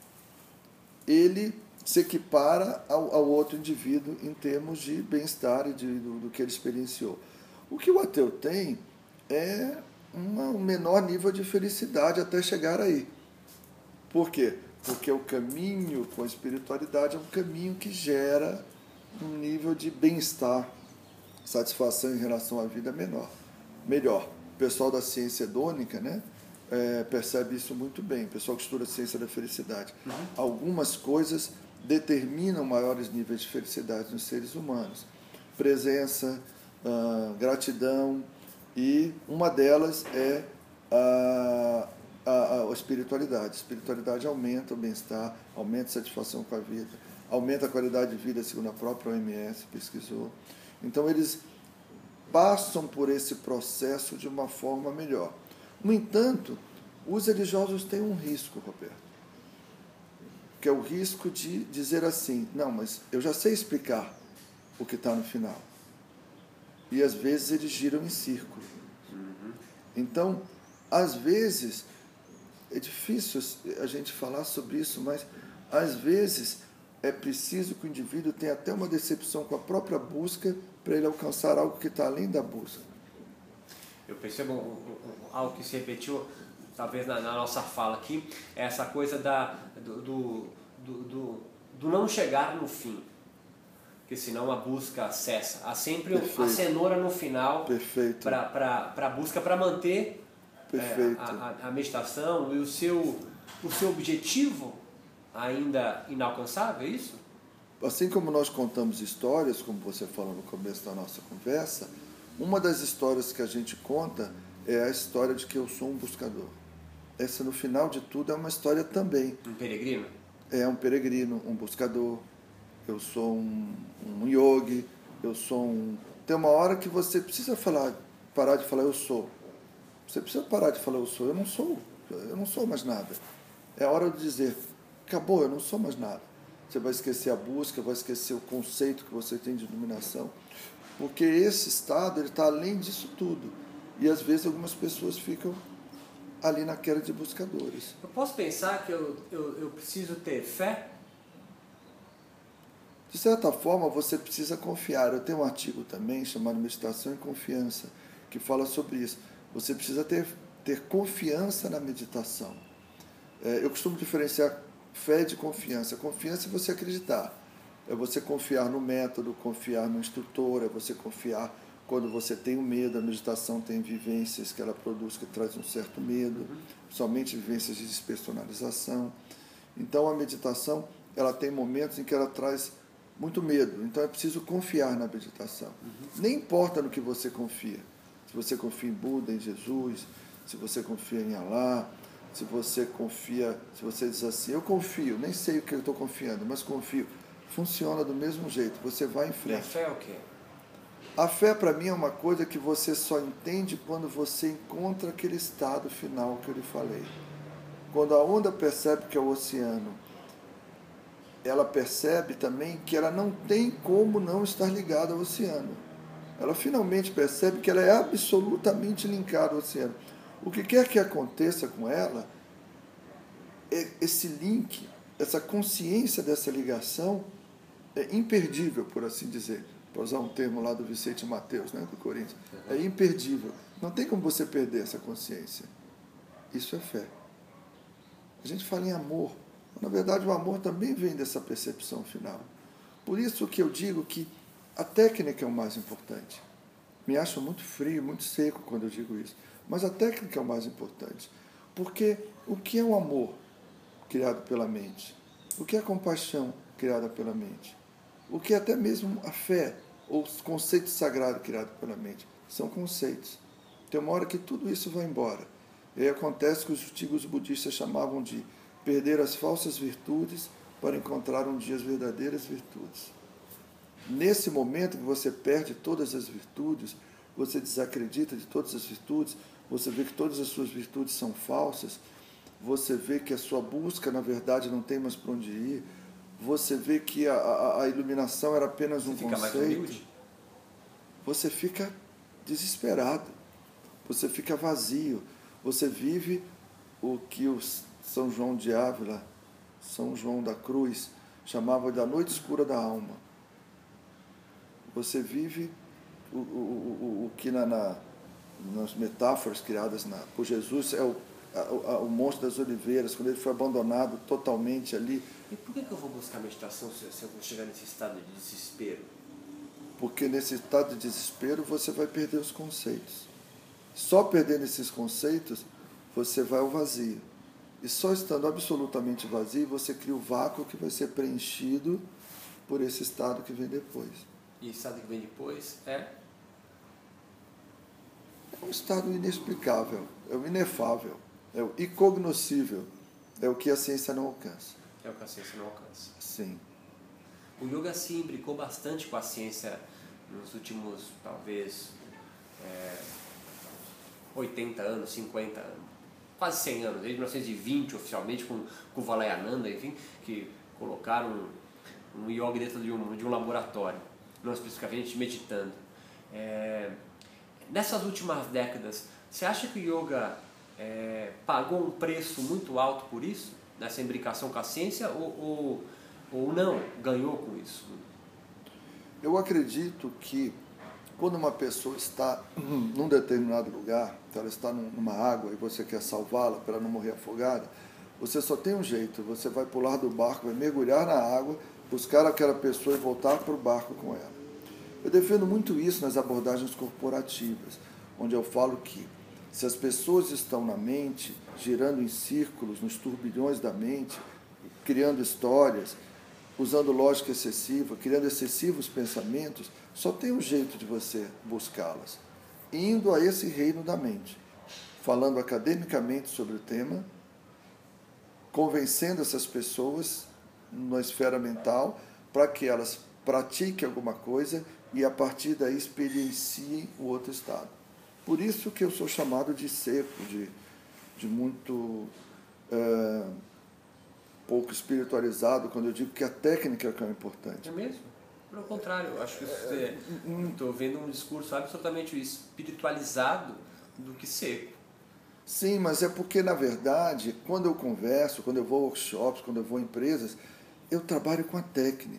ele se equipara ao, ao outro indivíduo em termos de bem-estar e de, do, do que ele experienciou. O que o ateu tem é uma, um menor nível de felicidade até chegar aí. Por quê? Porque o caminho com a espiritualidade é um caminho que gera um nível de bem-estar, satisfação em relação à vida menor, melhor. O pessoal da ciência hedônica, né, é, percebe isso muito bem, o pessoal que estuda a ciência da felicidade. Uhum. Algumas coisas determinam maiores níveis de felicidade nos seres humanos. Presença, uh, gratidão, e uma delas é a, a, a espiritualidade. A espiritualidade aumenta o bem-estar, aumenta a satisfação com a vida, aumenta a qualidade de vida, segundo a própria O M S pesquisou. Então, eles passam por esse processo de uma forma melhor. No entanto, os religiosos têm um risco, Roberto, que é o risco de dizer assim, não, mas eu já sei explicar o que está no final. E, às vezes, eles giram em círculo. Então, às vezes, é difícil a gente falar sobre isso, mas, às vezes, é preciso que o indivíduo tenha até uma decepção com a própria busca para ele alcançar algo que está além da busca. Eu percebo um, um, algo que se repetiu, talvez na, na nossa fala aqui, é essa coisa da, do, do, do, do, do não chegar no fim, porque senão a busca cessa. Há sempre um, a cenoura no final para a busca, para manter é, a, a, a meditação e o seu, o seu objetivo ainda inalcançável, é isso? Assim como nós contamos histórias, como você falou no começo da nossa conversa, uma das histórias que a gente conta é a história de que eu sou um buscador. Essa, no final de tudo, é uma história também. Um peregrino? É um peregrino, um buscador. Eu sou um, um yogi, eu sou um... Tem uma hora que você precisa falar, parar de falar eu sou. Você precisa parar de falar eu sou. Eu não sou. Eu não sou mais nada. É a hora de dizer, acabou, eu não sou mais nada. Você vai esquecer a busca, vai esquecer o conceito que você tem de iluminação. Porque esse estado está além disso tudo. E às vezes algumas pessoas ficam ali na queda de buscadores. Eu posso pensar que eu, eu, eu preciso ter fé? De certa forma, você precisa confiar. Eu tenho um artigo também chamado Meditação e Confiança, que fala sobre isso. Você precisa ter, ter confiança na meditação. É, eu costumo diferenciar fé de confiança. Confiança é você acreditar. É você confiar no método, confiar no instrutor, é você confiar quando você tem o medo. A meditação tem vivências que ela produz que traz um certo medo, somente vivências de despersonalização. Então, a meditação, ela tem momentos em que ela traz muito medo. Então, é preciso confiar na meditação. Uhum. Nem importa no que você confia. Se você confia em Buda, em Jesus, se você confia em Alá, se você confia, se você diz assim, eu confio, nem sei o que eu estou confiando, mas confio. Funciona do mesmo jeito, você vai em frente. E a fé é o quê? A fé, para mim, é uma coisa que você só entende quando você encontra aquele estado final que eu lhe falei. Quando a onda percebe que é o oceano, ela percebe também que ela não tem como não estar ligada ao oceano. Ela finalmente percebe que ela é absolutamente linkada ao oceano. O que quer que aconteça com ela, esse link, essa consciência dessa ligação é imperdível, por assim dizer. Para usar um termo lá do Vicente Mateus, né, do Corinthians. É imperdível. Não tem como você perder essa consciência. Isso é fé. A gente fala em amor. Na verdade, o amor também vem dessa percepção final. Por isso que eu digo que a técnica é o mais importante. Me acho muito frio, muito seco quando eu digo isso. Mas a técnica é o mais importante. Porque o que é o amor criado pela mente? O que é a compaixão criada pela mente? O que é até mesmo a fé, ou os conceitos sagrados criados pela mente? São conceitos. Tem uma hora que tudo isso vai embora. E aí acontece que os antigos budistas chamavam de perder as falsas virtudes para encontrar um dia as verdadeiras virtudes. Nesse momento que você perde todas as virtudes, você desacredita de todas as virtudes, você vê que todas as suas virtudes são falsas, você vê que a sua busca, na verdade, não tem mais para onde ir, você vê que a, a, a iluminação era apenas um conceito, mais humilde? Você fica desesperado, você fica vazio, você vive o que o São João de Ávila, São João da Cruz, chamava de a noite escura da alma. Você vive o, o, o, o que na, na, nas metáforas criadas na, por Jesus é o, a, a, o Monte das Oliveiras, quando ele foi abandonado totalmente ali. E por que, que eu vou buscar meditação se, se eu vou chegar nesse estado de desespero? Porque nesse estado de desespero você vai perder os conceitos. Só perdendo esses conceitos, você vai ao vazio. E só estando absolutamente vazio, você cria o vácuo que vai ser preenchido por esse estado que vem depois. E o estado que vem depois é? É um estado inexplicável, é o inefável, é o incognoscível, é o que a ciência não alcança. É o que a ciência não alcança. Sim. O yoga se imbricou bastante com a ciência nos últimos, talvez, é, oitenta anos, cinquenta anos, quase cem anos, desde mil novecentos e vinte oficialmente, com, com o Valayananda, enfim, que colocaram um, um yoga dentro de um, de um laboratório, não especificamente meditando. É, nessas últimas décadas, você acha que o yoga é, pagou um preço muito alto por isso, nessa imbricação com a ciência, ou, ou, ou não ganhou com isso? Eu acredito que quando uma pessoa está num determinado lugar, ela está numa água e você quer salvá-la para ela não morrer afogada, você só tem um jeito, você vai pular do barco, vai mergulhar na água, buscar aquela pessoa e voltar para o barco com ela. Eu defendo muito isso nas abordagens corporativas, onde eu falo que se as pessoas estão na mente, girando em círculos, nos turbilhões da mente, criando histórias, usando lógica excessiva, criando excessivos pensamentos, só tem um jeito de você buscá-las, indo a esse reino da mente, falando academicamente sobre o tema, convencendo essas pessoas na esfera mental para que elas pratiquem alguma coisa e a partir daí experienciem o outro estado. Por isso que eu sou chamado de seco, de, de muito é, pouco espiritualizado, quando eu digo que a técnica é o que é importante. É mesmo? Pelo contrário, eu acho que estou vendo um discurso absolutamente espiritualizado do que seco. Sim, mas é porque, na verdade, quando eu converso, quando eu vou a workshops, quando eu vou a empresas, eu trabalho com a técnica.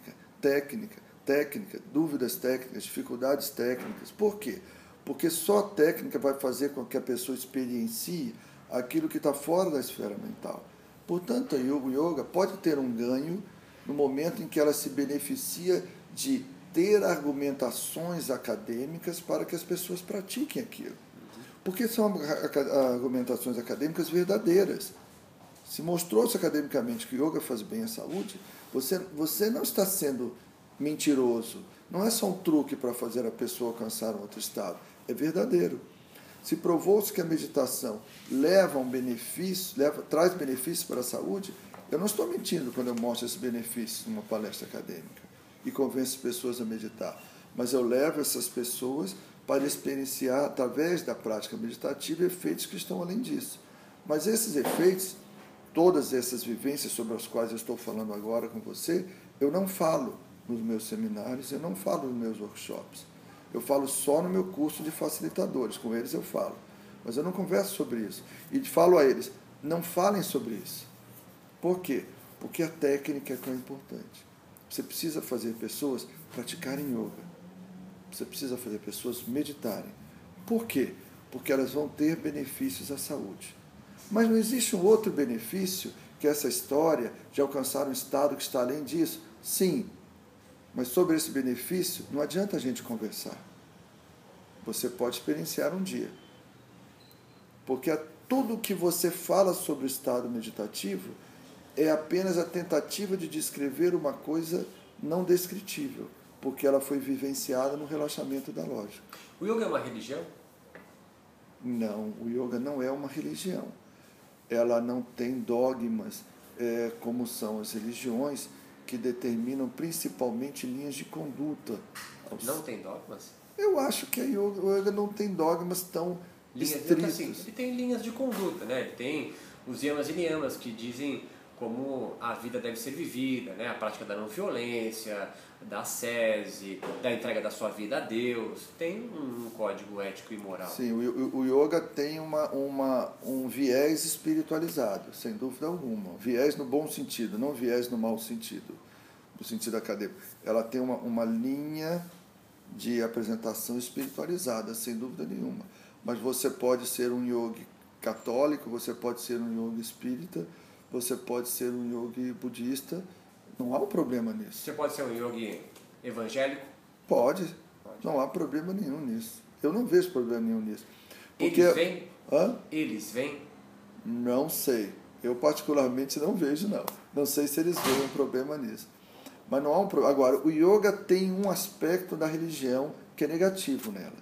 técnica, técnica, dúvidas técnicas, dificuldades técnicas. Por quê? Porque só a técnica vai fazer com que a pessoa experiencie aquilo que está fora da esfera mental. Portanto, a yoga pode ter um ganho no momento em que ela se beneficia de ter argumentações acadêmicas para que as pessoas pratiquem aquilo. Porque são argumentações acadêmicas verdadeiras. Se mostrou-se academicamente que o yoga faz bem à saúde, você, você não está sendo mentiroso. Não é só um truque para fazer a pessoa alcançar um outro estado. É verdadeiro. Se provou-se que a meditação leva um benefício, leva, traz benefícios para a saúde, eu não estou mentindo quando eu mostro esses benefícios numa palestra acadêmica e convenço as pessoas a meditar. Mas eu levo essas pessoas para experienciar, através da prática meditativa, efeitos que estão além disso. Mas esses efeitos, todas essas vivências sobre as quais eu estou falando agora com você, eu não falo nos meus seminários, eu não falo nos meus workshops. Eu falo só no meu curso de facilitadores, com eles eu falo. Mas eu não converso sobre isso. E falo a eles, não falem sobre isso. Por quê? Porque a técnica é tão importante. Você precisa fazer pessoas praticarem yoga. Você precisa fazer pessoas meditarem. Por quê? Porque elas vão ter benefícios à saúde. Mas não existe um outro benefício que essa história de alcançar um estado que está além disso? Sim. Mas sobre esse benefício, não adianta a gente conversar. Você pode experienciar um dia. Porque tudo que você fala sobre o estado meditativo é apenas a tentativa de descrever uma coisa não descritível, porque ela foi vivenciada no relaxamento da lógica. O yoga é uma religião? Não, o yoga não é uma religião. Ela não tem dogmas, é, como são as religiões, que determinam principalmente linhas de conduta. Não tem dogmas? Eu acho que a yoga, o yoga não tem dogmas tão linhas, estritos. Assim, ele tem linhas de conduta, né? Ele tem os yamas e niyamas que dizem como a vida deve ser vivida, né? A prática da não violência, da ascese, da entrega da sua vida a Deus. Tem um código ético e moral. Sim, o, o yoga tem uma, uma, um viés espiritualizado, sem dúvida alguma. Viés no bom sentido, não viés no mau sentido, no sentido acadêmico. Ela tem uma, uma linha de apresentação espiritualizada, sem dúvida nenhuma. Mas você pode ser um yogi católico, você pode ser um yogi espírita, você pode ser um yogi budista, não há um problema nisso. Você pode ser um yogi evangélico? Pode, pode. Não há problema nenhum nisso. Eu não vejo problema nenhum nisso. Porque... Eles vêm? Hã? Eles vêm? Não sei. Eu particularmente não vejo, não. Não sei se eles veem um problema nisso. Mas não há um problema. Agora, o yoga tem um aspecto da religião que é negativo nela.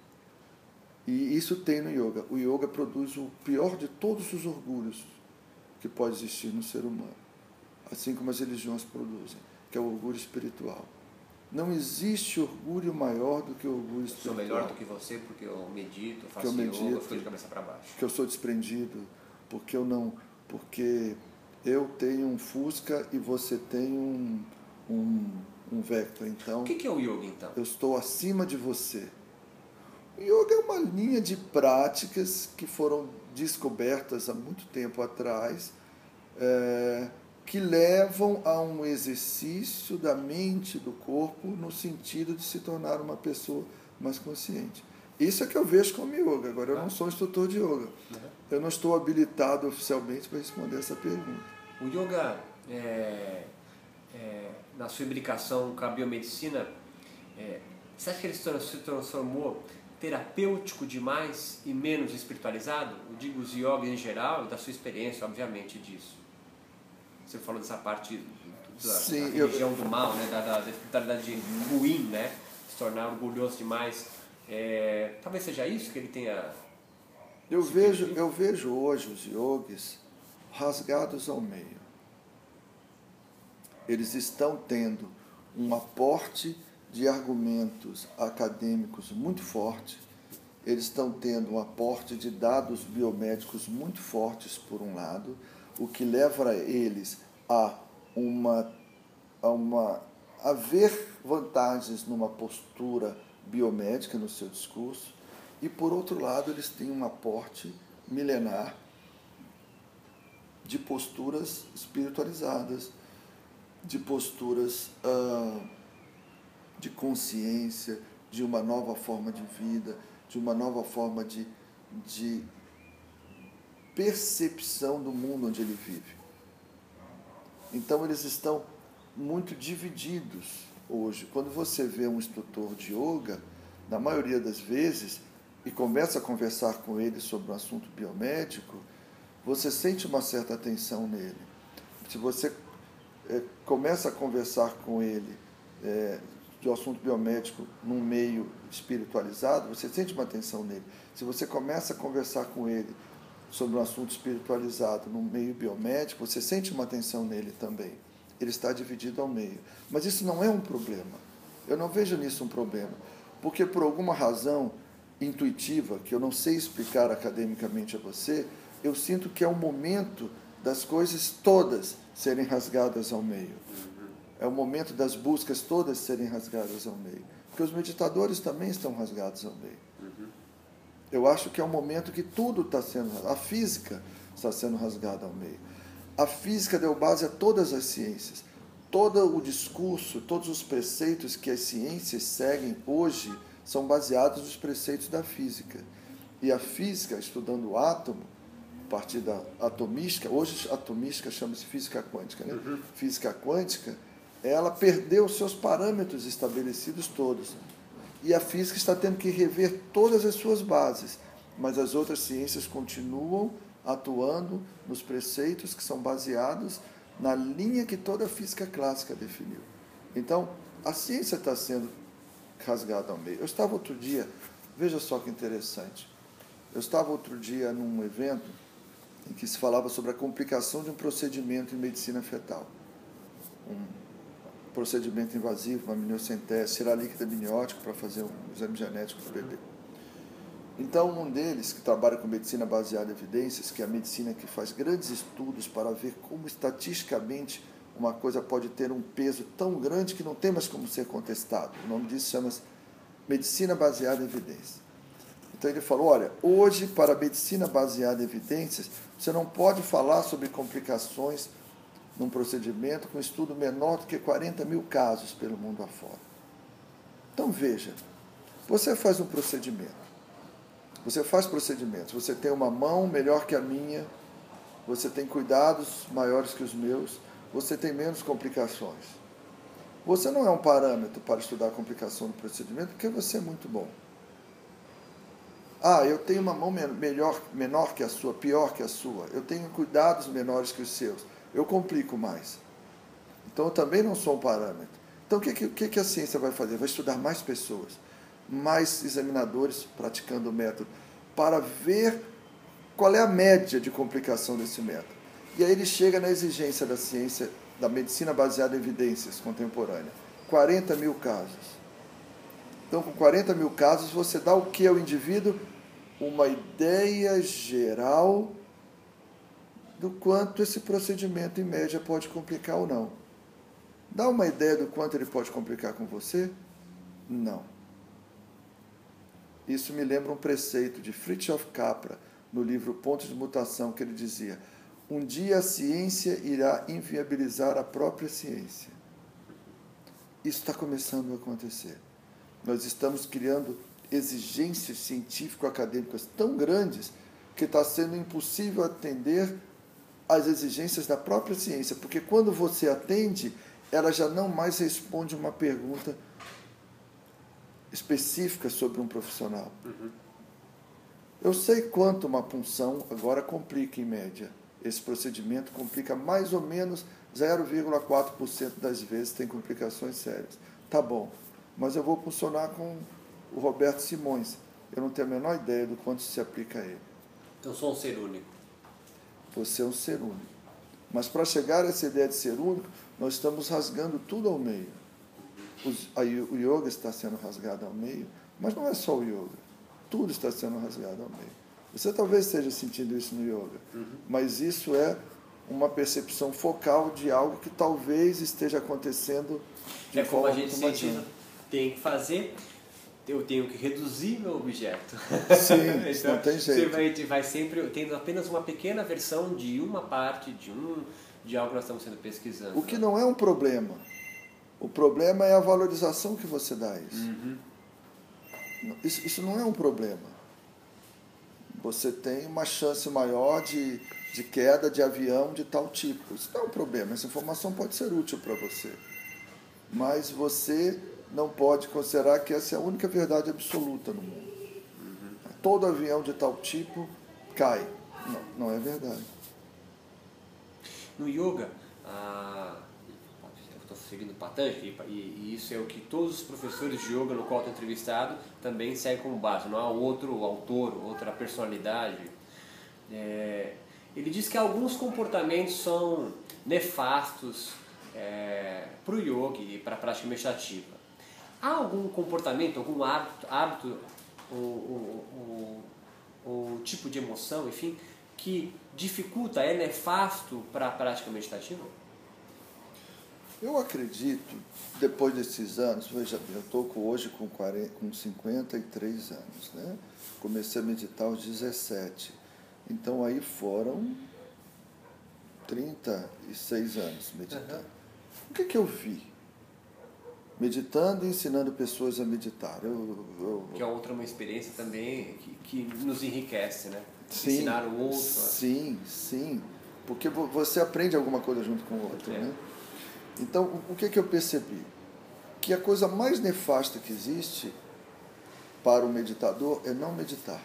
E isso tem no yoga. O yoga produz o pior de todos os orgulhos que pode existir no ser humano, assim como as religiões produzem, que é o orgulho espiritual. Não existe orgulho maior do que o orgulho espiritual. Eu sou melhor do que você porque eu medito, faço eu medito, yoga, fico de cabeça para baixo. Que eu sou desprendido, porque eu não, porque eu tenho um Fusca e você tem um, um, um Vectra. Então, o que é o yoga, então? Eu estou acima de você. O yoga é uma linha de práticas que foram descobertas há muito tempo atrás, é, que levam a um exercício da mente, do corpo, no sentido de se tornar uma pessoa mais consciente. Isso é que eu vejo como yoga. Agora, eu não sou instrutor de yoga. Eu não estou habilitado oficialmente para responder essa pergunta. O yoga, é, é, na sua imbricação com a biomedicina, é, você acha que ele se transformou terapêutico demais e menos espiritualizado? Eu digo os yogas em geral e da sua experiência, obviamente, disso. Você falou dessa parte da, Sim, da religião eu... do mal, né? da, da, da espiritualidade ruim, né? Se tornar orgulhoso demais. É, talvez seja isso que ele tenha... Eu vejo, eu vejo hoje os yogis rasgados ao meio. Eles estão tendo um aporte de argumentos acadêmicos muito forte, eles estão tendo um aporte de dados biomédicos muito fortes, por um lado, o que leva eles a uma, a uma a ver vantagens numa postura biomédica no seu discurso, e por outro lado eles têm um aporte milenar de posturas espiritualizadas, de posturas ah, de consciência, de uma nova forma de vida, de uma nova forma de, de percepção do mundo onde ele vive. Então eles estão muito divididos hoje. Quando você vê um instrutor de yoga, na maioria das vezes, e começa a conversar com ele sobre um assunto biomédico, você sente uma certa atenção nele. Se você é, começa a conversar com ele é, de um assunto biomédico num meio espiritualizado, você sente uma atenção nele. Se você começa a conversar com ele sobre um assunto espiritualizado num meio biomédico, você sente uma atenção nele também. Ele está dividido ao meio. Mas isso não é um problema. Eu não vejo nisso um problema. Porque por alguma razão intuitiva, que eu não sei explicar academicamente a você, eu sinto que é o momento das coisas todas serem rasgadas ao meio. É o momento das buscas todas serem rasgadas ao meio. Porque os meditadores também estão rasgados ao meio. Eu acho que é um momento que tudo está sendo rasgado. A física está sendo rasgada ao meio. A física deu base a todas as ciências. Todo o discurso, todos os preceitos que as ciências seguem hoje são baseados nos preceitos da física. E a física, estudando o átomo, a partir da atomística, hoje a atomística chama-se física quântica, né? Uhum. Física quântica, ela perdeu os seus parâmetros estabelecidos todos. E a física está tendo que rever todas as suas bases, mas as outras ciências continuam atuando nos preceitos que são baseados na linha que toda a física clássica definiu. Então, a ciência está sendo rasgada ao meio. Eu estava outro dia, veja só que interessante, eu estava outro dia num evento em que se falava sobre a complicação de um procedimento em medicina fetal. Um procedimento invasivo, uma amniocentese, tirar líquido amniótico para fazer um exame genético do bebê. Então, um deles, que trabalha com medicina baseada em evidências, que é a medicina que faz grandes estudos para ver como estatisticamente uma coisa pode ter um peso tão grande que não tem mais como ser contestado. O nome disso chama-se medicina baseada em evidências. Então ele falou, olha, hoje para a medicina baseada em evidências, você não pode falar sobre complicações num procedimento com estudo menor do que quarenta mil casos pelo mundo afora. Então veja, você faz um procedimento, você faz procedimentos, você tem uma mão melhor que a minha, você tem cuidados maiores que os meus, você tem menos complicações. Você não é um parâmetro para estudar a complicação do procedimento porque você é muito bom. Ah, eu tenho uma mão melhor, menor que a sua, pior que a sua, eu tenho cuidados menores que os seus, eu complico mais. Então, eu também não sou um parâmetro. Então, o que, que, que a ciência vai fazer? Vai estudar mais pessoas, mais examinadores praticando o método, para ver qual é a média de complicação desse método. E aí ele chega na exigência da ciência, da medicina baseada em evidências contemporânea. quarenta mil casos. Então, com quarenta mil casos, você dá o que ao indivíduo? Uma ideia geral do quanto esse procedimento, em média, pode complicar ou não. Dá uma ideia do quanto ele pode complicar com você? Não. Isso me lembra um preceito de Fritjof Capra, no livro Pontos de Mutação, que ele dizia, um dia a ciência irá inviabilizar a própria ciência. Isso está começando a acontecer. Nós estamos criando exigências científico-acadêmicas tão grandes que está sendo impossível atender às exigências da própria ciência, porque quando você atende, ela já não mais responde uma pergunta específica sobre um profissional. Uhum. Eu sei quanto uma punção agora complica em média. Esse procedimento complica mais ou menos zero vírgula quatro por cento das vezes, tem complicações sérias. Tá bom, mas eu vou funcionar com o Roberto Simões. Eu não tenho a menor ideia do quanto se aplica a ele. Eu sou um ser único. Você é um ser único. Mas para chegar a essa ideia de ser único, nós estamos rasgando tudo ao meio. Os, aí, o yoga está sendo rasgado ao meio, mas não é só o yoga. Tudo está sendo rasgado ao meio. Você talvez esteja sentindo isso no yoga, uhum. mas isso é uma percepção focal de algo que talvez esteja acontecendo de é forma como a gente cientista tem que fazer, eu tenho que reduzir meu objeto. Sim, então, não tem jeito. Você vai, vai sempre tendo apenas uma pequena versão de uma parte, de um, de algo que nós estamos sendo pesquisando. O que não é um problema. O problema é a valorização que você dá a isso. Uhum. Isso, isso não é um problema. Você tem uma chance maior de, de queda de avião de tal tipo. Isso não é um problema. Essa informação pode ser útil para você. Mas você não pode considerar que essa é a única verdade absoluta no mundo. Uhum. Todo avião de tal tipo cai. Não, não é verdade. No yoga, ah, eu estou seguindo Patanjali, e, e isso é o que todos os professores de yoga no qual estou entrevistado também seguem como base. Não há outro autor, outra personalidade. É, ele diz que alguns comportamentos são nefastos é, para o yoga e para a prática meditativa. Há algum comportamento, algum hábito, hábito ou, ou, ou, ou tipo de emoção, enfim, que dificulta, é nefasto para a prática meditativa? Eu acredito, depois desses anos, veja bem, eu estou hoje com, quarenta, com cinquenta e três anos, né? Comecei a meditar aos dezessete. Então aí foram trinta e seis anos meditando. Uhum. O que, que eu vi? Meditando e ensinando pessoas a meditar. Eu, eu, que é outra uma experiência também que, que nos enriquece, né? Sim, ensinar o outro. Sim, sim. Porque você aprende alguma coisa junto com o outro, é. né? Então, o que, que eu percebi? Que a coisa mais nefasta que existe para o meditador é não meditar.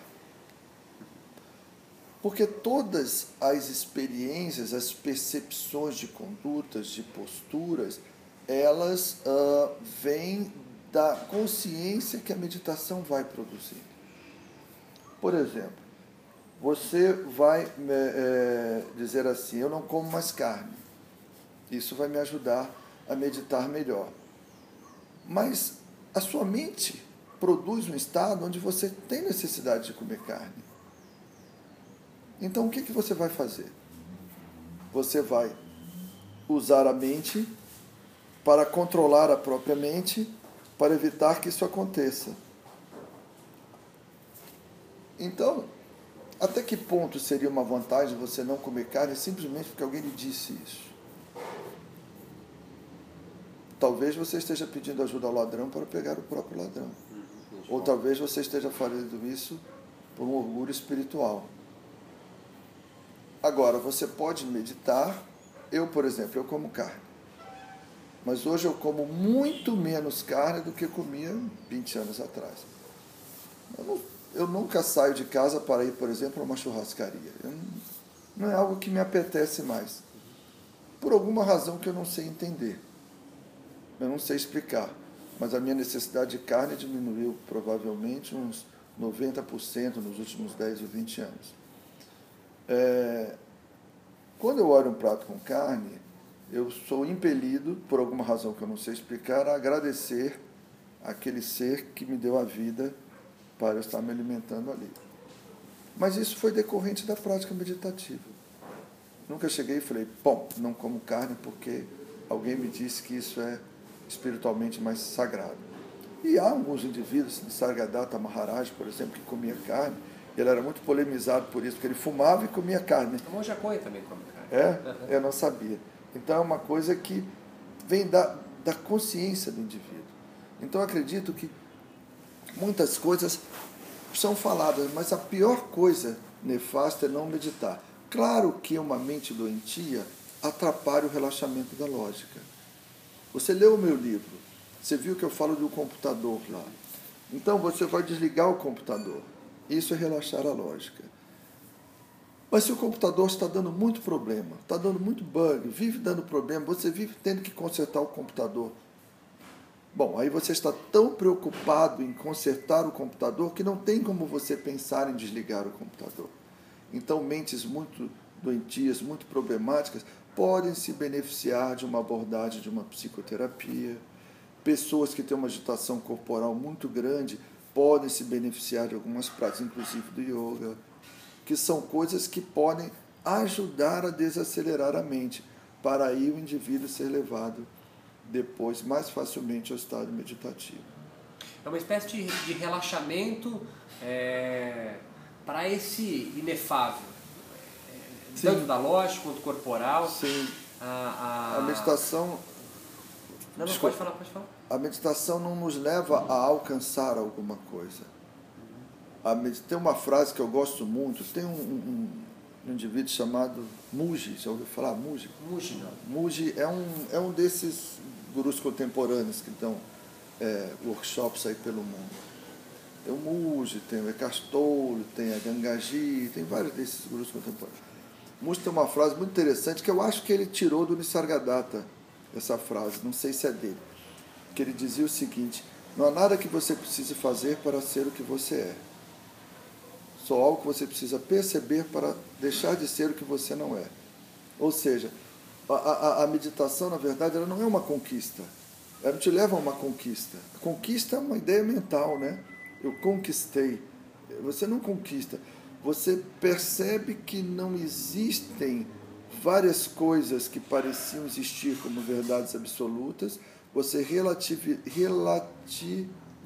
Porque todas as experiências, as percepções de condutas, de posturas, elas uh, vêm da consciência que a meditação vai produzir. Por exemplo, você vai é, dizer assim, eu não como mais carne. Isso vai me ajudar a meditar melhor. Mas a sua mente produz um estado onde você tem necessidade de comer carne. Então, o que, que você vai fazer? Você vai usar a mente para controlar a própria mente, para evitar que isso aconteça. Então, até que ponto seria uma vantagem você não comer carne simplesmente porque alguém lhe disse isso? Talvez você esteja pedindo ajuda ao ladrão para pegar o próprio ladrão. Uhum. Ou talvez você esteja fazendo isso por um orgulho espiritual. Agora, você pode meditar. Eu, por exemplo, eu como carne. Mas hoje eu como muito menos carne do que comia vinte anos atrás. Eu, não, eu nunca saio de casa para ir, por exemplo, a uma churrascaria. Eu não, não é algo que me apetece mais. Por alguma razão que eu não sei entender. Eu não sei explicar, mas a minha necessidade de carne diminuiu provavelmente uns noventa por cento nos últimos dez ou vinte anos. É, quando eu olho um prato com carne, eu sou impelido, por alguma razão que eu não sei explicar, a agradecer aquele ser que me deu a vida para eu estar me alimentando ali. Mas isso foi decorrente da prática meditativa. Nunca cheguei e falei, bom, não como carne porque alguém me disse que isso é espiritualmente mais sagrado. E há alguns indivíduos, Nisargadatta Maharaj, por exemplo, que comia carne, e ele era muito polemizado por isso, porque ele fumava e comia carne. O Monge Aconha também come carne. É? Uhum. Eu não sabia. Então é uma coisa que vem da, da consciência do indivíduo. Então eu acredito que muitas coisas são faladas, mas a pior coisa nefasta é não meditar. Claro que uma mente doentia atrapalha o relaxamento da lógica. Você leu o meu livro, você viu que eu falo do computador lá. Então você vai desligar o computador. Isso é relaxar a lógica. Mas se o computador está dando muito problema, está dando muito bug, vive dando problema, você vive tendo que consertar o computador. Bom, aí você está tão preocupado em consertar o computador que não tem como você pensar em desligar o computador. Então, mentes muito doentias, muito problemáticas, podem se beneficiar de uma abordagem de uma psicoterapia. Pessoas que têm uma agitação corporal muito grande podem se beneficiar de algumas práticas, inclusive do yoga, que são coisas que podem ajudar a desacelerar a mente, para aí o indivíduo ser levado depois mais facilmente ao estado meditativo. É uma espécie de, de relaxamento é, para esse inefável, é, tanto da lógica quanto corporal. Sim. A, a... a meditação... Não, não, pode falar, pode falar. A meditação não nos leva a alcançar alguma coisa. A med... Tem uma frase que eu gosto muito, tem um, um, um indivíduo chamado Muji, já ouviu falar? Muji? Muji, não. Muji é um, é um desses gurus contemporâneos que dão é, workshops aí pelo mundo. Tem o Muji, tem o Eckhart Tolle, tem a Gangaji, tem vários desses gurus contemporâneos. Muji tem uma frase muito interessante que eu acho que ele tirou do Nisargadatta, essa frase, não sei se é dele, que ele dizia o seguinte: não há nada que você precise fazer para ser o que você é. Só algo que você precisa perceber para deixar de ser o que você não é. Ou seja, a, a, a meditação, na verdade, ela não é uma conquista. Ela não te leva a uma conquista. A conquista é uma ideia mental, né? Eu conquistei. Você não conquista. Você percebe que não existem várias coisas que pareciam existir como verdades absolutas. Você relativi, relati,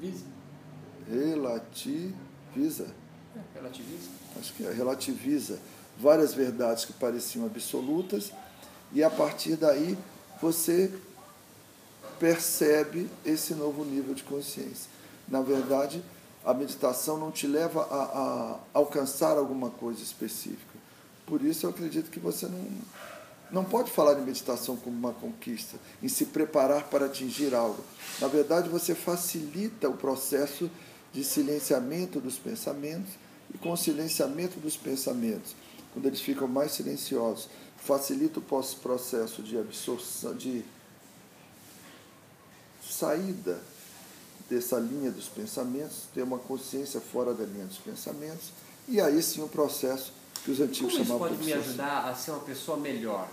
relativiza. É, relativiza. Acho que é, relativiza várias verdades que pareciam absolutas, e a partir daí você percebe esse novo nível de consciência. Na verdade, a meditação não te leva a, a alcançar alguma coisa específica. Por isso eu acredito que você não, não pode falar de meditação como uma conquista, em se preparar para atingir algo. Na verdade, você facilita o processo de silenciamento dos pensamentos, e com o silenciamento dos pensamentos, quando eles ficam mais silenciosos, facilita o processo de absorção, de saída dessa linha dos pensamentos, ter uma consciência fora da linha dos pensamentos, e aí sim o processo que os antigos Como chamavam de isso pode me ajudar a ser uma pessoa melhor?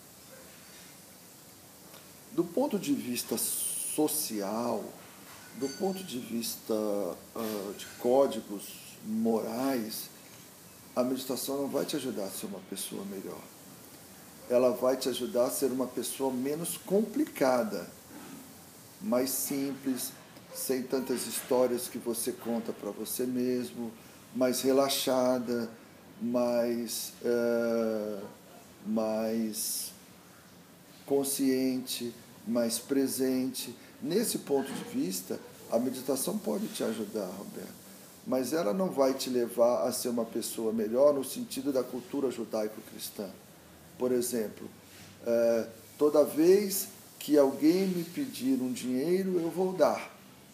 Do ponto de vista social, do ponto de vista uh, de códigos morais, a meditação não vai te ajudar a ser uma pessoa melhor. Ela vai te ajudar a ser uma pessoa menos complicada, mais simples, sem tantas histórias que você conta para você mesmo, mais relaxada, mais, é, mais consciente, mais presente. Nesse ponto de vista, a meditação pode te ajudar, Roberto, mas ela não vai te levar a ser uma pessoa melhor no sentido da cultura judaico-cristã. Por exemplo, é, toda vez que alguém me pedir um dinheiro, eu vou dar.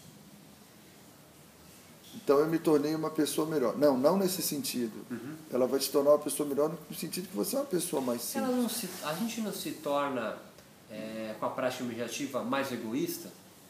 Então eu me tornei uma pessoa melhor. Não, não nesse sentido. Uhum. Ela vai te tornar uma pessoa melhor no sentido que você é uma pessoa mais simples. Ela não se, a gente não se torna, é, com a prática meditativa, mais egoísta?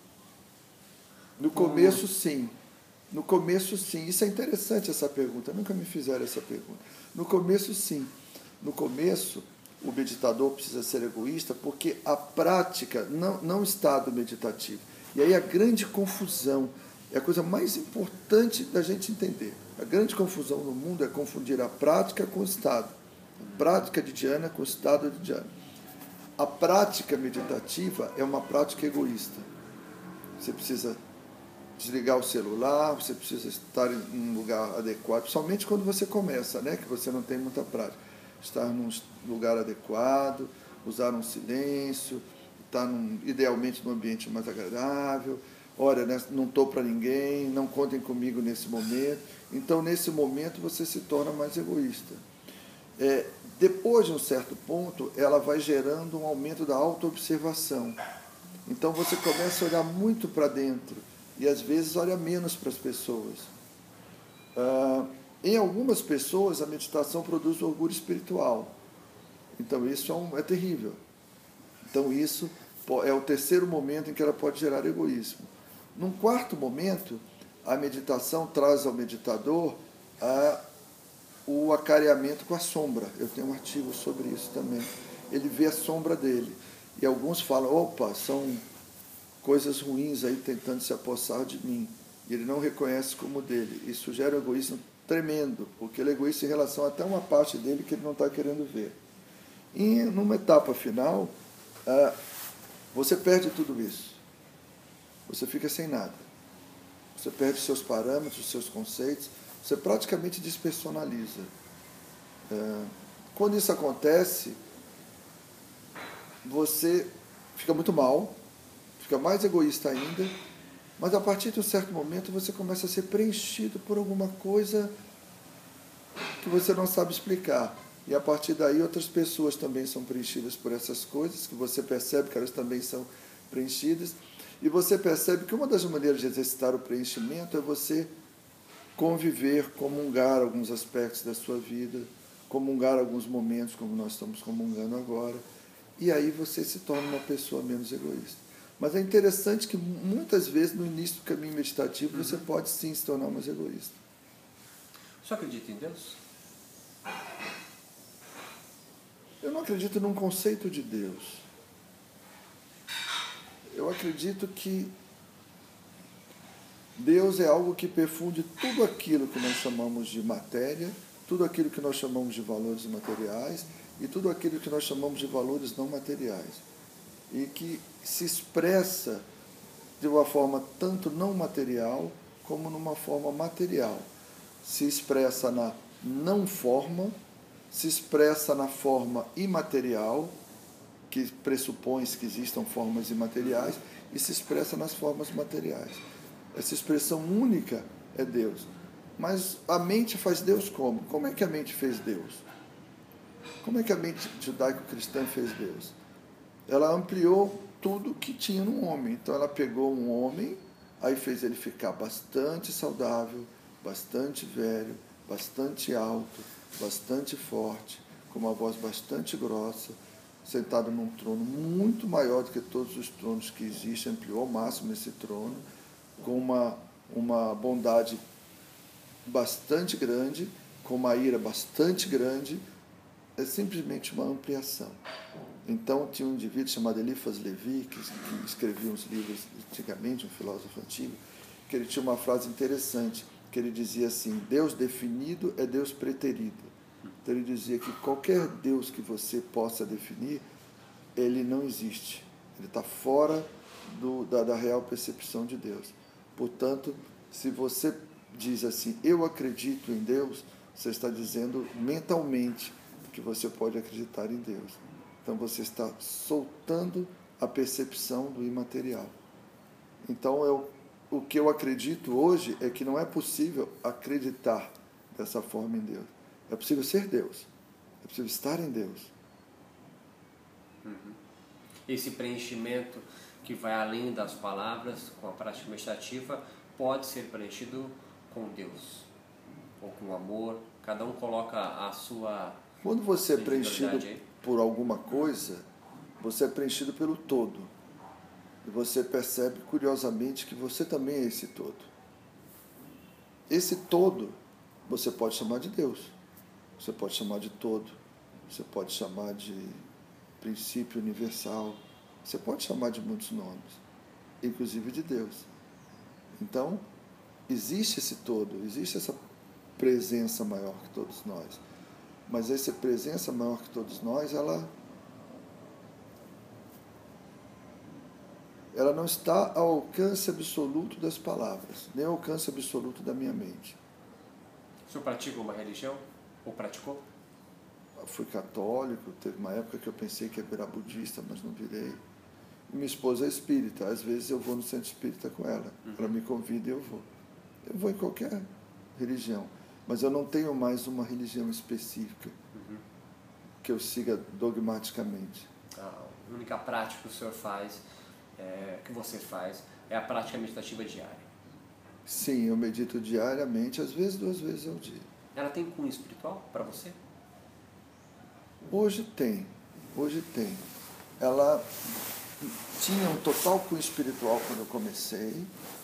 No começo, sim. No começo, sim. Isso é interessante, essa pergunta. Nunca me fizeram essa pergunta. No começo, sim. No começo, o meditador precisa ser egoísta porque a prática não, não está do meditativo. E aí a grande confusão é a coisa mais importante da gente entender. A grande confusão no mundo é confundir a prática com o estado. A prática de dhyana com o estado de dhyana. A prática meditativa é uma prática egoísta. Você precisa desligar o celular, você precisa estar em um lugar adequado, principalmente quando você começa, né, que você não tem muita prática. Estar num lugar adequado, usar um silêncio, estar num, idealmente num ambiente mais agradável. Olha, né, não estou para ninguém, não contem comigo nesse momento. Então, nesse momento, você se torna mais egoísta. É, depois de um certo ponto, ela vai gerando um aumento da autoobservação. Então, você começa a olhar muito para dentro e, às vezes, olha menos para as pessoas. Ah, em algumas pessoas, a meditação produz orgulho espiritual. Então, isso é, um, é terrível. Então, isso é o terceiro momento em que ela pode gerar egoísmo. Num quarto momento, a meditação traz ao meditador a, o acareamento com a sombra. Eu tenho um artigo sobre isso também. Ele vê a sombra dele. E alguns falam, opa, são coisas ruins aí tentando se apossar de mim. E ele não reconhece como dele. Isso gera um egoísmo tremendo, porque ele é egoísta em relação até uma parte dele que ele não está querendo ver. E numa etapa final, ah, você perde tudo isso. Você fica sem nada. Você perde seus parâmetros, seus conceitos, você praticamente despersonaliza. É, quando isso acontece, você fica muito mal, fica mais egoísta ainda, mas a partir de um certo momento você começa a ser preenchido por alguma coisa que você não sabe explicar. E a partir daí outras pessoas também são preenchidas por essas coisas, que você percebe que elas também são preenchidas. E você percebe que uma das maneiras de exercitar o preenchimento é você conviver, comungar alguns aspectos da sua vida, comungar alguns momentos, como nós estamos comungando agora. E aí você se torna uma pessoa menos egoísta. Mas é interessante que muitas vezes no início do caminho meditativo uhum. você pode sim se tornar mais egoísta. O senhor acredita em Deus? Eu não acredito num conceito de Deus. Eu acredito que Deus é algo que perfunde tudo aquilo que nós chamamos de matéria, tudo aquilo que nós chamamos de valores materiais e tudo aquilo que nós chamamos de valores não materiais. E que se expressa de uma forma tanto não material como numa forma material. Se expressa na não forma, se expressa na forma imaterial, que pressupõe que existam formas imateriais, e se expressa nas formas materiais. Essa expressão única é Deus. Mas a mente faz Deus como? Como é que a mente fez Deus? Como é que a mente judaico-cristã fez Deus? Ela ampliou tudo que tinha no homem. Então ela pegou um homem, aí fez ele ficar bastante saudável, bastante velho, bastante alto, bastante forte, com uma voz bastante grossa, sentado num trono muito maior do que todos os tronos que existem, ampliou ao máximo esse trono, com uma, uma bondade bastante grande, com uma ira bastante grande. É simplesmente uma ampliação. Então, tinha um indivíduo chamado Eliphas Levi, que, que escrevia uns livros antigamente, um filósofo antigo, que ele tinha uma frase interessante, que ele dizia assim: Deus definido é Deus preterido. Então ele dizia que qualquer Deus que você possa definir, ele não existe. Ele está fora do, da, da real percepção de Deus. Portanto, se você diz assim, eu acredito em Deus, você está dizendo mentalmente que você pode acreditar em Deus. Então você está soltando a percepção do imaterial. Então eu, o que eu acredito hoje é que não é possível acreditar dessa forma em Deus. É possível ser Deus. É possível estar em Deus. Uhum. Esse preenchimento que vai além das palavras, com a prática meditativa, pode ser preenchido com Deus, ou com amor. Cada um coloca a sua... Quando você é preenchido por alguma coisa, você é preenchido pelo todo. E você percebe, curiosamente, que você também é esse todo. Esse todo, você pode chamar de Deus. Você pode chamar de todo, você pode chamar de princípio universal, você pode chamar de muitos nomes, inclusive de Deus. Então, existe esse todo, existe essa presença maior que todos nós. Mas essa presença maior que todos nós, ela, ela não está ao alcance absoluto das palavras, nem ao alcance absoluto da minha mente. O senhor pratica uma religião? Ou praticou? Eu fui católico, teve uma época que eu pensei que ia virar budista, mas não virei. E minha esposa é espírita, às vezes eu vou no centro espírita com ela, uhum. Ela me convida e eu vou. Eu vou em qualquer religião, mas eu não tenho mais uma religião específica uhum. que eu siga dogmaticamente. A única prática que o senhor faz, é, que você faz, é a prática meditativa diária? Sim, eu medito diariamente, às vezes duas vezes ao dia. Ela tem cunho espiritual para você? Hoje tem, hoje tem. Ela tinha um total cunho espiritual quando eu comecei.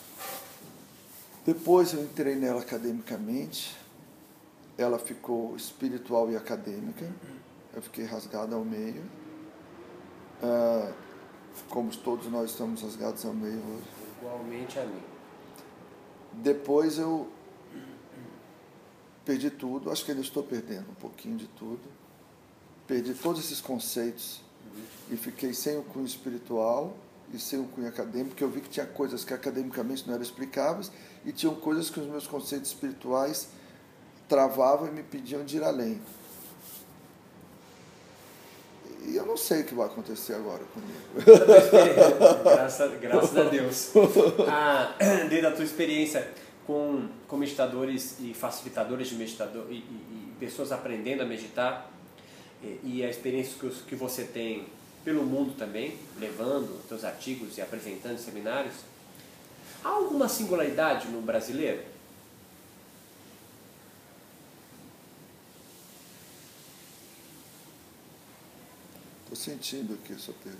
Depois eu entrei nela academicamente. Ela ficou espiritual e acadêmica. Eu fiquei rasgado ao meio. Ah, como todos nós estamos rasgados ao meio hoje. Igualmente a mim. Depois eu perdi tudo, acho que ainda estou perdendo um pouquinho de tudo. Perdi todos esses conceitos uhum. e fiquei sem o cunho espiritual e sem o cunho acadêmico, porque eu vi que tinha coisas que academicamente não eram explicáveis e tinham coisas que os meus conceitos espirituais travavam e me pediam de ir além. E eu eu não sei o que vai acontecer agora comigo. graças, graças a Deus. Ah, desde a tua experiência com, com meditadores e facilitadores de meditador e, e, e pessoas aprendendo a meditar, e, e a experiência que, que você tem pelo mundo também, levando teus artigos e apresentando em seminários, há alguma singularidade no brasileiro? Estou sentindo aqui a sua pergunta.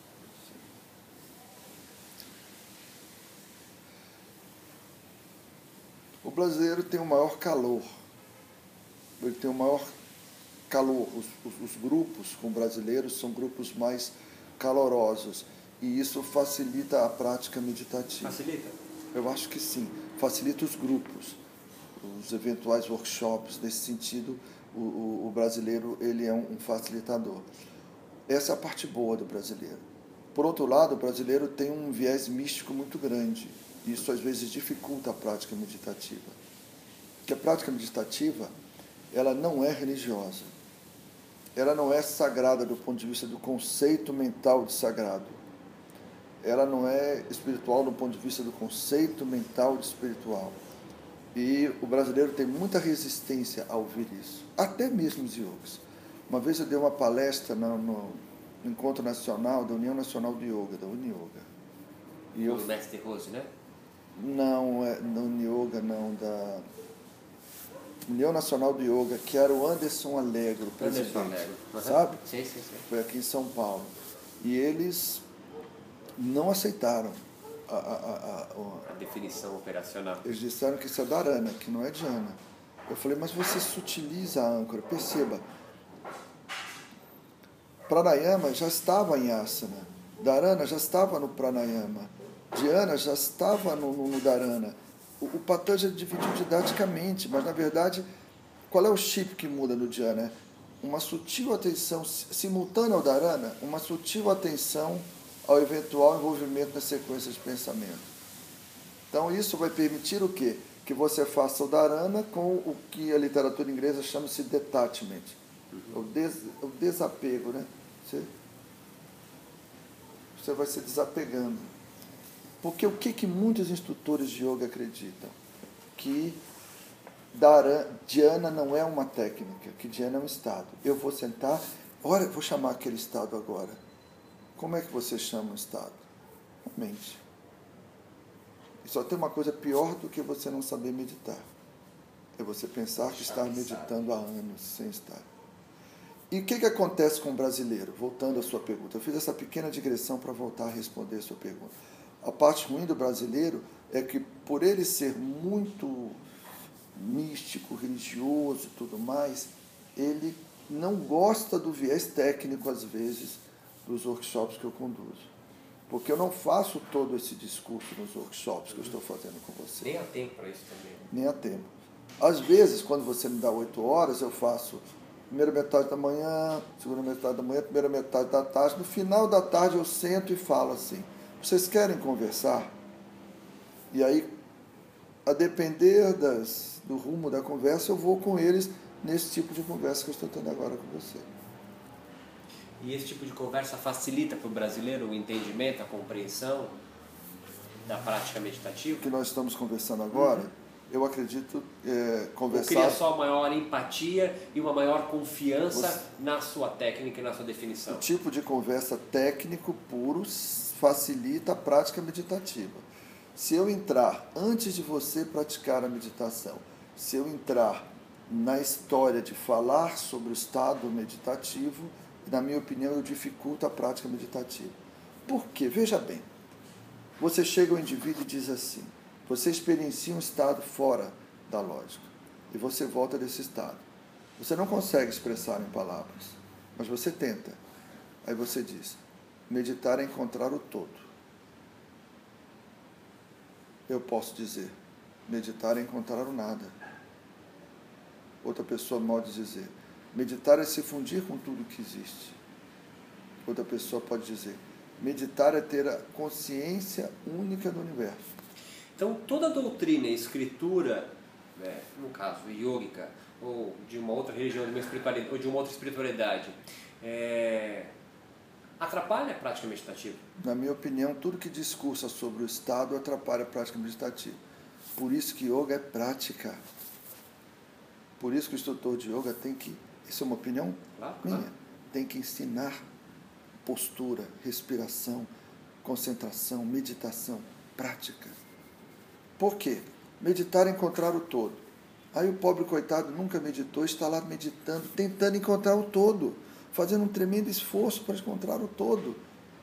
O brasileiro tem o maior calor. Ele tem o maior calor. Os, os, os grupos com brasileiros são grupos mais calorosos. E isso facilita a prática meditativa. Facilita? Eu acho que sim. Facilita os grupos, os eventuais workshops. Nesse sentido, o, o, o brasileiro ele é um, um facilitador. Essa é a parte boa do brasileiro. Por outro lado, o brasileiro tem um viés místico muito grande. E isso, às vezes, dificulta a prática meditativa. Porque a prática meditativa, ela não é religiosa. Ela não é sagrada do ponto de vista do conceito mental de sagrado. Ela não é espiritual do ponto de vista do conceito mental de espiritual. E o brasileiro tem muita resistência a ouvir isso. Até mesmo os yogis. Uma vez eu dei uma palestra no, no Encontro Nacional da União Nacional de Yoga, da Uni-Yoga. E eu... O mestre Rose, né? Não, é, da Uni-Yoga, não, da União Nacional de Yoga, que era o Anderson Alegro, presidente. Anderson Alegro. Uhum. Sabe? Sim, sim, sim. Foi aqui em São Paulo. E eles não aceitaram a, a, a, a, a definição operacional. Eles disseram que isso é dharana, que não é dhyana. Eu falei, mas você sutiliza a âncora, perceba. Pranayama já estava em asana, dharana já estava no pranayama, dhyana já estava no, no, no dharana. O, o Patanjali dividiu didaticamente, mas na verdade, qual é o chip que muda no dhyana? Uma sutil atenção simultânea ao dharana, uma sutil atenção ao eventual envolvimento na sequência de pensamento. Então isso vai permitir o quê? Que você faça o dharana com o que a literatura inglesa chama-se detachment, uhum. o, des, o desapego, né? Você, você vai se desapegando. Porque o que, que muitos instrutores de yoga acreditam? Que dhyana não é uma técnica, que dhyana é um estado. Eu vou sentar, olha, vou chamar aquele estado agora. Como é que você chama um estado? A mente. E só tem uma coisa pior do que você não saber meditar. É você pensar que está meditando há anos sem estar. E o que, que acontece com o brasileiro? Voltando à sua pergunta. Eu fiz essa pequena digressão para voltar a responder a sua pergunta. A parte ruim do brasileiro é que, por ele ser muito místico, religioso e tudo mais, ele não gosta do viés técnico, às vezes, dos workshops que eu conduzo. Porque eu não faço todo esse discurso nos workshops que eu estou fazendo com você. Nem há tempo para isso também. Nem há tempo. Às vezes, quando você me dá oito horas, eu faço primeira metade da manhã, segunda metade da manhã, primeira metade da tarde. No final da tarde eu sento e falo assim, vocês querem conversar? E aí, a depender das, do rumo da conversa, eu vou com eles nesse tipo de conversa que eu estou tendo agora com você. E esse tipo de conversa facilita para o brasileiro o entendimento, a compreensão da prática meditativa? O que nós estamos conversando agora, uhum. eu acredito é, conversar... Ou cria só maior empatia e uma maior confiança você... na sua técnica e na sua definição? O tipo de conversa técnico puro facilita a prática meditativa. Se eu entrar, antes de você praticar a meditação, se eu entrar na história de falar sobre o estado meditativo, na minha opinião, eu dificulto a prática meditativa. Por quê? Veja bem, você chega ao indivíduo e diz assim, você experiencia um estado fora da lógica, e você volta desse estado. Você não consegue expressar em palavras, mas você tenta. Aí você diz, meditar é encontrar o todo. Eu posso dizer, meditar é encontrar o nada. Outra pessoa pode dizer, meditar é se fundir com tudo que existe. Outra pessoa pode dizer, meditar é ter a consciência única do universo. Então, toda doutrina e escritura, né, no caso, iógica, ou de uma outra religião, de uma espiritualidade, ou de uma outra espiritualidade, é, atrapalha a prática meditativa? Na minha opinião, tudo que discursa sobre o estado atrapalha a prática meditativa. Por isso que yoga é prática. Por isso que o instrutor de yoga tem que, isso é uma opinião Claro, minha, claro. tem que ensinar postura, respiração, concentração, meditação, prática. Por quê? Meditar é encontrar o todo. Aí o pobre coitado nunca meditou, está lá meditando, tentando encontrar o todo, fazendo um tremendo esforço para encontrar o todo.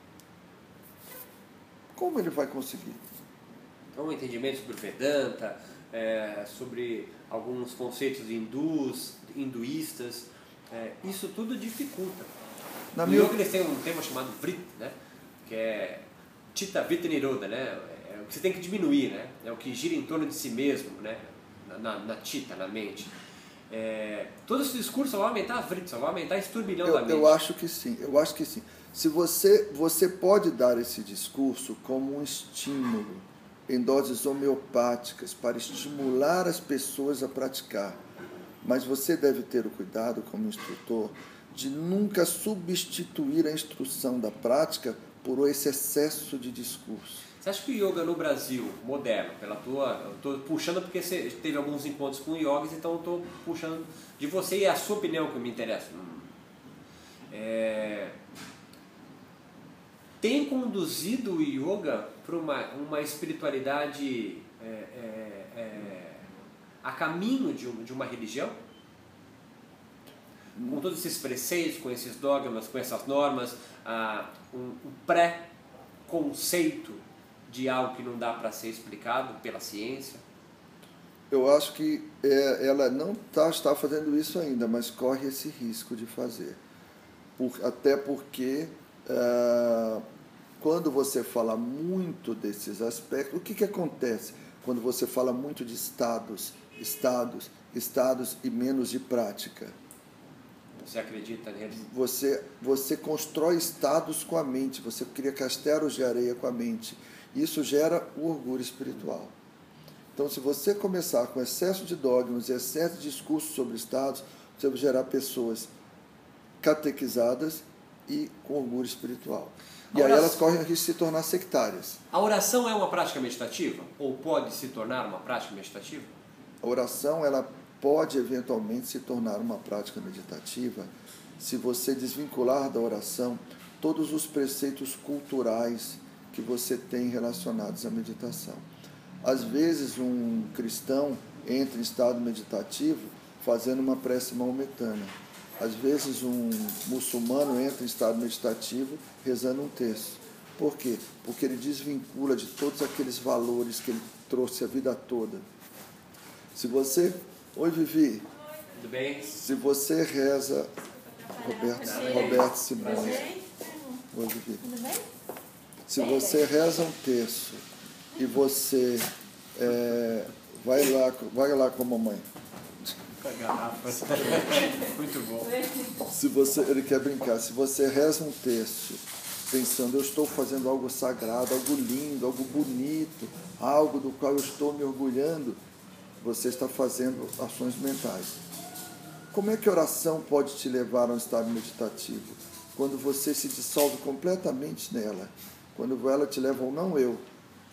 Como ele vai conseguir? Então, um entendimento sobre o Vedanta, é, sobre alguns conceitos hindus, hinduístas, é, isso tudo dificulta. Na no minha... yoga eles têm um tema chamado Vritti, né? Que é Chitta Vritti Nirodha, né? É o que você tem que diminuir, né? É o que gira em torno de si mesmo, né? Na, na, na Chitta, na mente. É, todo esse discurso só vai aumentar a Vritti, só vai aumentar esse turbilhão eu, da mente. Eu acho que sim, eu acho que sim. Se você, você pode dar esse discurso como um estímulo em doses homeopáticas para estimular as pessoas a praticar, mas você deve ter o cuidado, como instrutor, de nunca substituir a instrução da prática por esse excesso de discurso. Você acha que o yoga no Brasil, moderno, pela tua, eu estou puxando porque você teve alguns encontros com yogis, então eu estou puxando de você e a sua opinião que me interessa. É, tem conduzido o yoga para uma, uma espiritualidade é, é, é, a caminho de uma, de uma religião? Com todos esses preceitos, com esses dogmas, com essas normas, ah, um, um pré-conceito de algo que não dá para ser explicado pela ciência? Eu acho que é, ela não tá, está fazendo isso ainda, mas corre esse risco de fazer. Por, até porque, é, quando você fala muito desses aspectos, o que, que acontece quando você fala muito de estados, estados, estados e menos de prática? Você acredita neles? Você, você constrói estados com a mente, você cria castelos de areia com a mente. Isso gera o orgulho espiritual. Então, se você começar com excesso de dogmas e excesso de discursos sobre estados, você vai gerar pessoas catequizadas e com orgulho espiritual. E aí elas correm o risco de se tornar sectárias. A oração é uma prática meditativa? Ou pode se tornar uma prática meditativa? A oração, ela pode eventualmente se tornar uma prática meditativa se você desvincular da oração todos os preceitos culturais que você tem relacionados à meditação. Às vezes um cristão entra em estado meditativo fazendo uma prece maometana. Às vezes um muçulmano entra em estado meditativo rezando um texto. Por quê? Porque ele desvincula de todos aqueles valores que ele trouxe a vida toda. Se você... Oi, Vivi. Tudo bem? Se você reza... Roberto, Roberto Simões. Oi, Vivi. Tudo bem? Se você reza um terço e você é, vai, lá, vai lá com a mamãe. Com a garrafa. Muito bom. Se você, ele quer brincar. Se você reza um terço pensando, eu estou fazendo algo sagrado, algo lindo, algo bonito, algo do qual eu estou me orgulhando, você está fazendo ações mentais. Como é que a oração pode te levar a um estado meditativo? Quando você se dissolve completamente nela. Quando ela te leva ao não eu.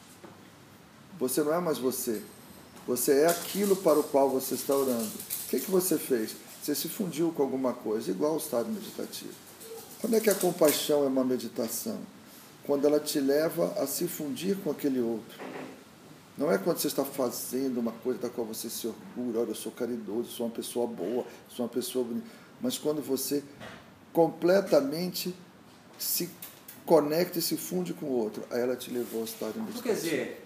Você não é mais você. Você é aquilo para o qual você está orando. O que, que você fez? Você se fundiu com alguma coisa, igual ao estado meditativo. Quando é que a compaixão é uma meditação? Quando ela te leva a se fundir com aquele outro. Não é quando você está fazendo uma coisa da qual você se orgulha, olha, eu sou caridoso, sou uma pessoa boa, sou uma pessoa bonita. Mas quando você completamente se conecta e se funde com o outro, aí ela te levou ao estado meditativo. Quer dizer,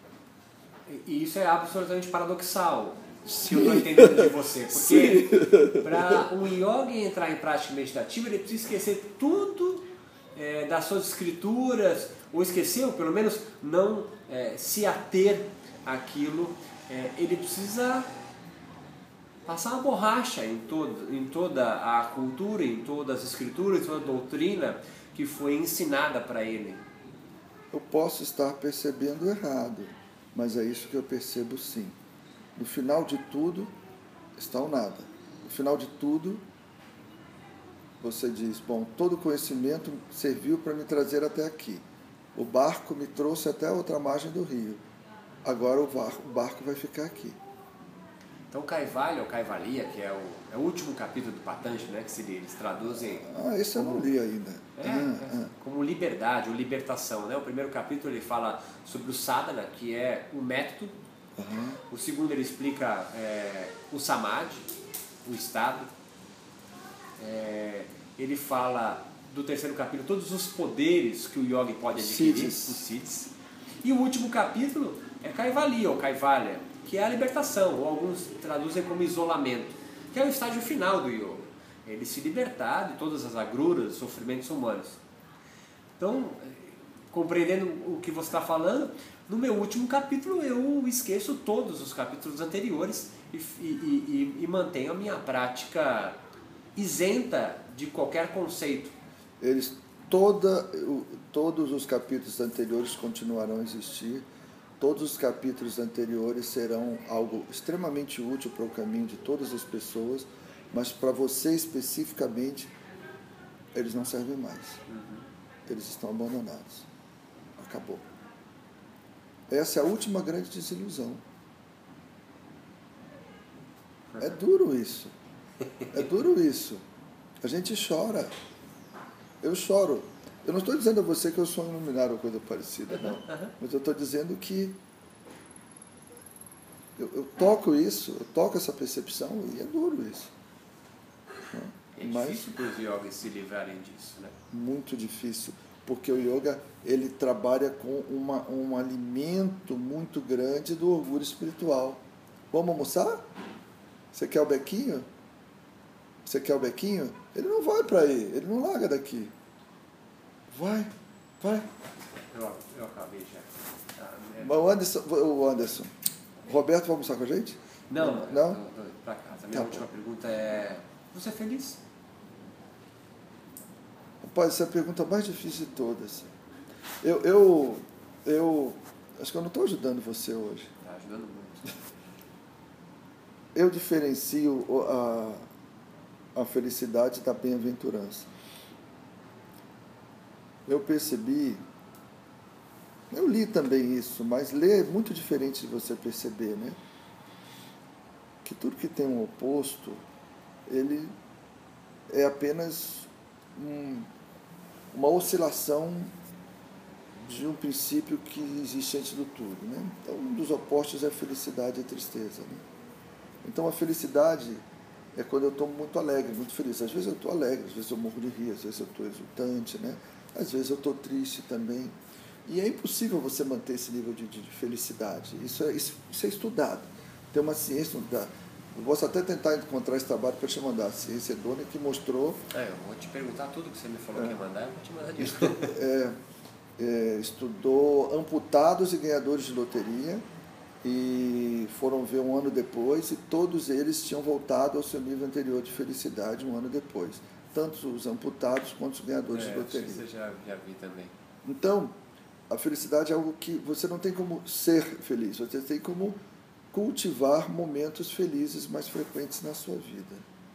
e isso é absolutamente paradoxal, se eu estou entendendo de você, porque para um yogi entrar em prática meditativa, ele precisa esquecer tudo é, das suas escrituras, ou esquecer, ou pelo menos não é, se ater àquilo, é, ele precisa passar uma borracha em, todo, em toda a cultura, em todas as escrituras, em toda a doutrina que foi ensinada para ele. Eu posso estar percebendo errado, mas é isso que eu percebo sim. No final de tudo está o nada. No final de tudo você diz, bom, todo conhecimento serviu para me trazer até aqui. O barco me trouxe até a outra margem do rio. Agora o barco, o barco vai ficar aqui. Então, Kaivalya, ou Kaivalya, que é o, é o último capítulo do Patanjali, né, que se, eles traduzem... Ah, esse como, eu não li ainda. É, ah, é, ah. como liberdade, ou libertação. Né? O primeiro capítulo ele fala sobre o sadhana, que é o método. Uhum. O segundo ele explica é, o samadhi, o estado. É, ele fala do terceiro capítulo todos os poderes que o yogi pode adquirir, os siddhis. E o último capítulo é Kaivalya, ou Kaivalya, que é a libertação, ou alguns traduzem como isolamento, que é o estágio final do yoga. Ele se libertar de todas as agruras, sofrimentos humanos. Então, compreendendo o que você está falando, no meu último capítulo eu esqueço todos os capítulos anteriores e, e, e, e mantenho a minha prática isenta de qualquer conceito. Eles, toda, todos os capítulos anteriores continuarão a existir. Todos os capítulos anteriores serão algo extremamente útil para o caminho de todas as pessoas, mas para você especificamente, eles não servem mais. Uhum. Eles estão abandonados. Acabou. Essa é a última grande desilusão. É duro isso. É duro isso. A gente chora. Eu choro. Eu não estou dizendo a você que eu sou um iluminado ou coisa parecida, não. Uhum. Mas eu estou dizendo que eu, eu toco isso, eu toco essa percepção e é duro isso. É Mas, difícil para os yogis se livrarem disso, né? Muito difícil, porque o yoga ele trabalha com uma, um alimento muito grande do orgulho espiritual. Vamos almoçar? Você quer o bequinho? Você quer o bequinho? Ele não vai para aí, ele não larga daqui. Vai, vai. Eu, eu acabei já. Ah, é... Mas o Anderson, o Anderson, o Roberto vai almoçar com a gente? Não, não. Estou para casa. A minha tá última bom. pergunta é: você é feliz? Rapaz, essa é a pergunta mais difícil de todas. Eu, eu, eu acho que eu não estou ajudando você hoje. Está ajudando muito. Eu diferencio a, a felicidade da bem-aventurança. Eu percebi, eu li também isso, mas ler é muito diferente de você perceber, né? Que tudo que tem um oposto, ele é apenas um, uma oscilação de um princípio que existe antes do tudo, né? Então, um dos opostos é a felicidade e a tristeza, né? Então, a felicidade é quando eu estou muito alegre, muito feliz. Às vezes eu estou alegre, às vezes eu morro de rir, às vezes eu estou exultante, né? Às vezes eu estou triste também. E é impossível você manter esse nível de, de felicidade. Isso é, isso, isso é estudado. Tem uma ciência... Da, eu posso até tentar encontrar esse trabalho para te mandar. A ciência hedônica que mostrou... É, eu vou te perguntar tudo que você me falou é, que ia mandar, eu vou te mandar de estu, é, é, estudou amputados e ganhadores de loteria e foram ver um ano depois e todos eles tinham voltado ao seu nível anterior de felicidade um ano depois. Tanto os amputados quanto os ganhadores é, de loteria. Isso eu já, já vi também. Então, a felicidade é algo que você não tem como ser feliz, você tem como cultivar momentos felizes mais frequentes na sua vida.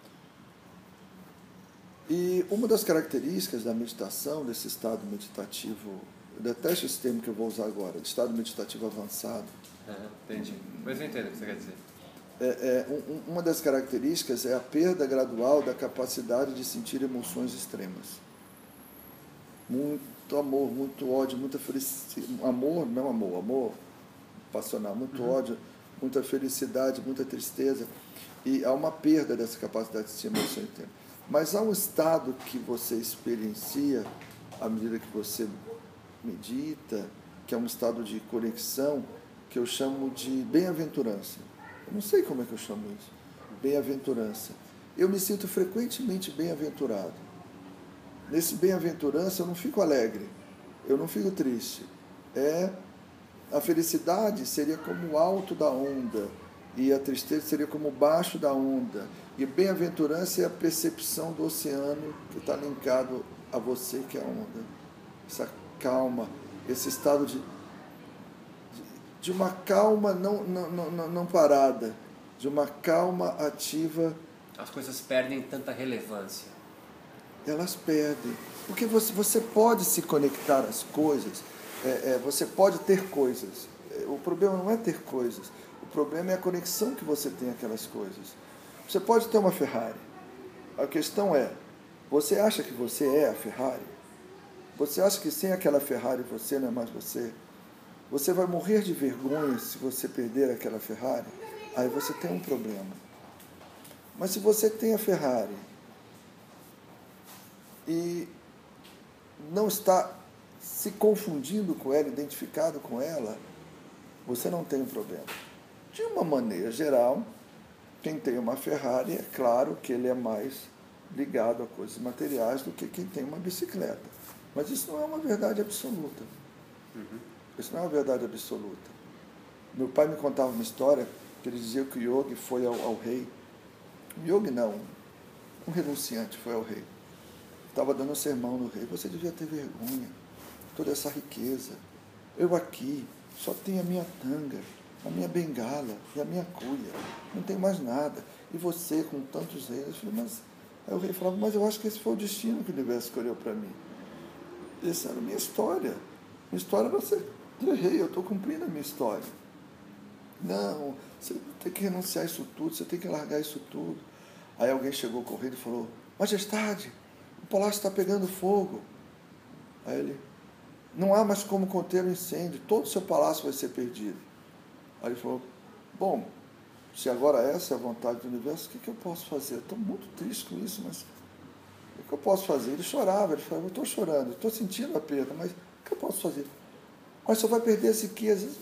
E uma das características da meditação, desse estado meditativo, eu detesto esse termo que eu vou usar agora, de estado meditativo avançado. Uhum, entendi. Mas eu entendo o que você quer dizer. É, é, um, uma das características é a perda gradual da capacidade de sentir emoções extremas. Muito amor, muito ódio, muita felicidade. Amor, não amor, amor passional, muito uhum. ódio, muita felicidade, muita tristeza. E há uma perda dessa capacidade de sentir emoções extremas. Mas há um estado que você experiencia à medida que você medita, que é um estado de conexão, que eu chamo de bem-aventurança. Eu não sei como é que eu chamo isso. Bem-aventurança. Eu me sinto frequentemente bem-aventurado. Nesse bem-aventurança eu não fico alegre, eu não fico triste. É, a felicidade seria como o alto da onda, e a tristeza seria como o baixo da onda. E bem-aventurança é a percepção do oceano que está linkado a você, que é a onda. Essa calma, esse estado de, de, de uma calma não, não, não, não parada, de uma calma ativa. As coisas perdem tanta relevância. elas perdem. Porque você, você pode se conectar às coisas, é, é, você pode ter coisas. O problema não é ter coisas, o problema é a conexão que você tem àquelas coisas. Você pode ter uma Ferrari. A questão é, você acha que você é a Ferrari? Você acha que sem aquela Ferrari você não é mais você? Você vai morrer de vergonha se você perder aquela Ferrari? Aí você tem um problema. Mas se você tem a Ferrari e não está se confundindo com ela, identificado com ela, você não tem um problema. De uma maneira geral, quem tem uma Ferrari, é claro que ele é mais ligado a coisas materiais do que quem tem uma bicicleta. Mas isso não é uma verdade absoluta. Uhum. Isso não é uma verdade absoluta. Meu pai me contava uma história que ele dizia que o Yogi foi ao, ao rei. O Yogi não, um renunciante foi ao rei. Estava dando um sermão no rei. Você devia ter vergonha. Toda essa riqueza. Eu aqui só tenho a minha tanga, a minha bengala e a minha cuia. Não tenho mais nada. E você com tantos reis. Eu falei, mas... Aí o rei falava, mas eu acho que esse foi o destino que o universo escolheu para mim. Essa era a minha história. Minha história era ser rei, eu estou cumprindo a minha história. Não, você tem que renunciar a isso tudo, você tem que largar isso tudo. Aí alguém chegou correndo e falou, majestade, o palácio está pegando fogo. Aí ele, não há mais como conter o incêndio, todo o seu palácio vai ser perdido. Aí ele falou, bom, se agora essa é a vontade do universo, o que, que eu posso fazer? Eu estou muito triste com isso, mas o que eu posso fazer? Ele chorava, ele falava, eu estou chorando, estou sentindo a perda, mas o que eu posso fazer? Mas só vai perder as riquezas.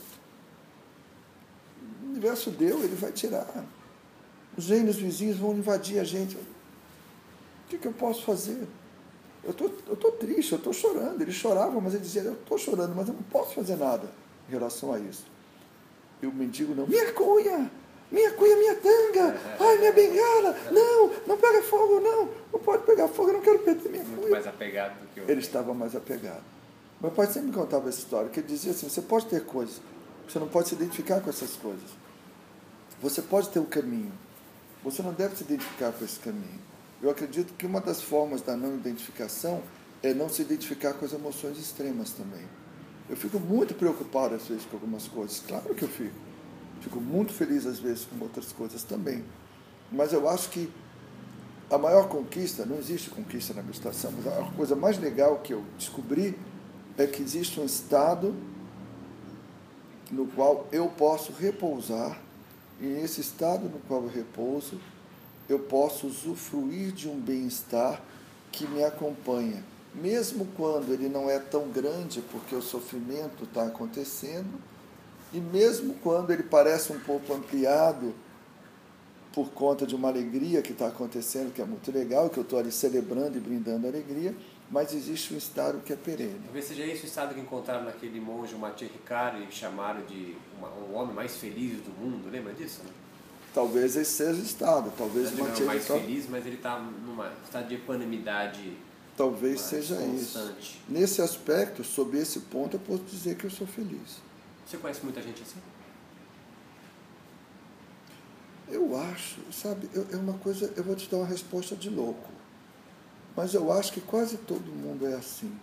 O universo deu, ele vai tirar. Os reinos vizinhos vão invadir a gente. O que, que eu posso fazer? Eu tô, eu estou triste, eu estou chorando. Ele chorava, mas ele dizia, eu estou chorando, mas eu não posso fazer nada em relação a isso. E o mendigo não, minha cuia, minha cuia, minha tanga, ai, minha bengala, não, não pega fogo, não, não pode pegar fogo, eu não quero perder minha cuia. Muito mais apegado do que o... Ele estava mais apegado. Meu pai sempre me contava essa história, que ele dizia assim, você pode ter coisas, você não pode se identificar com essas coisas. Você pode ter um caminho, você não deve se identificar com esse caminho. Eu acredito que uma das formas da não identificação é não se identificar com as emoções extremas também. Eu fico muito preocupado às vezes com algumas coisas, claro que eu fico. Fico muito feliz às vezes com outras coisas também. Mas eu acho que a maior conquista, não existe conquista na meditação, mas a coisa mais legal que eu descobri é que existe um estado no qual eu posso repousar, e nesse estado no qual eu repouso, eu posso usufruir de um bem-estar que me acompanha, mesmo quando ele não é tão grande, porque o sofrimento está acontecendo, e mesmo quando ele parece um pouco ampliado por conta de uma alegria que está acontecendo, que é muito legal, que eu estou ali celebrando e brindando a alegria, mas existe um estado que é perene. Talvez seja esse o estado que encontraram naquele monge, o Matthieu Ricard, e chamaram de uma, o homem mais feliz do mundo, lembra disso? Né? Talvez esse seja o estado, talvez ele o não é mais feliz, mas ele está num estado de equanimidade. Talvez seja constante. Isso. Nesse aspecto, sob esse ponto, eu posso dizer que eu sou feliz. Você conhece muita gente assim? Eu acho, sabe, eu, é uma coisa, eu vou te dar uma resposta de louco, mas eu acho que quase todo mundo é assim.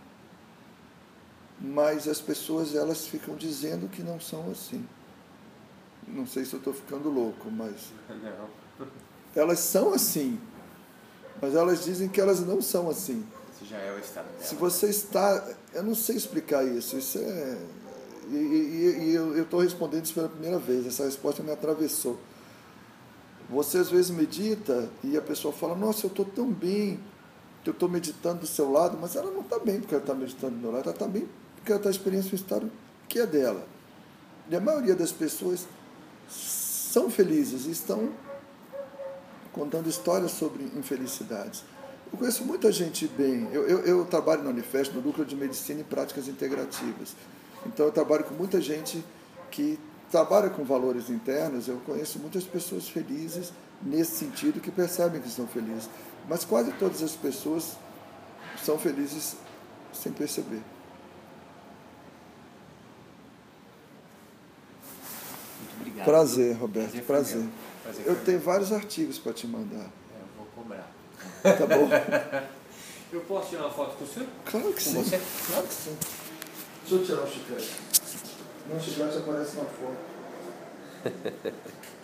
Mas as pessoas, elas ficam dizendo que não são assim. Não sei se eu estou ficando louco, mas... Não. Elas são assim, mas elas dizem que elas não são assim. Esse já é o estado dela. Se você está... Eu não sei explicar isso, isso é... E, e, e eu estou respondendo isso pela primeira vez, essa resposta me atravessou. Você às vezes medita e a pessoa fala, nossa, eu estou tão bem, que eu estou meditando do seu lado, mas ela não está bem porque ela está meditando do meu lado, ela está bem porque ela está experienciando um estado que é dela. E a maioria das pessoas são felizes e estão contando histórias sobre infelicidades. Eu conheço muita gente bem, eu, eu, eu trabalho na Unifesp, no Núcleo de Medicina e Práticas Integrativas, então eu trabalho com muita gente que trabalha com valores internos, eu conheço muitas pessoas felizes nesse sentido, que percebem que são felizes, mas quase todas as pessoas são felizes sem perceber. Muito obrigado. Prazer, Roberto, prazer. prazer. prazer eu tenho vários artigos para te mandar. É, eu vou cobrar. Tá bom? Eu posso tirar uma foto com o senhor? Claro que Com sim. você? Claro que sim. Deixa eu tirar o chiclete. Não, o chiclete aparece na foto.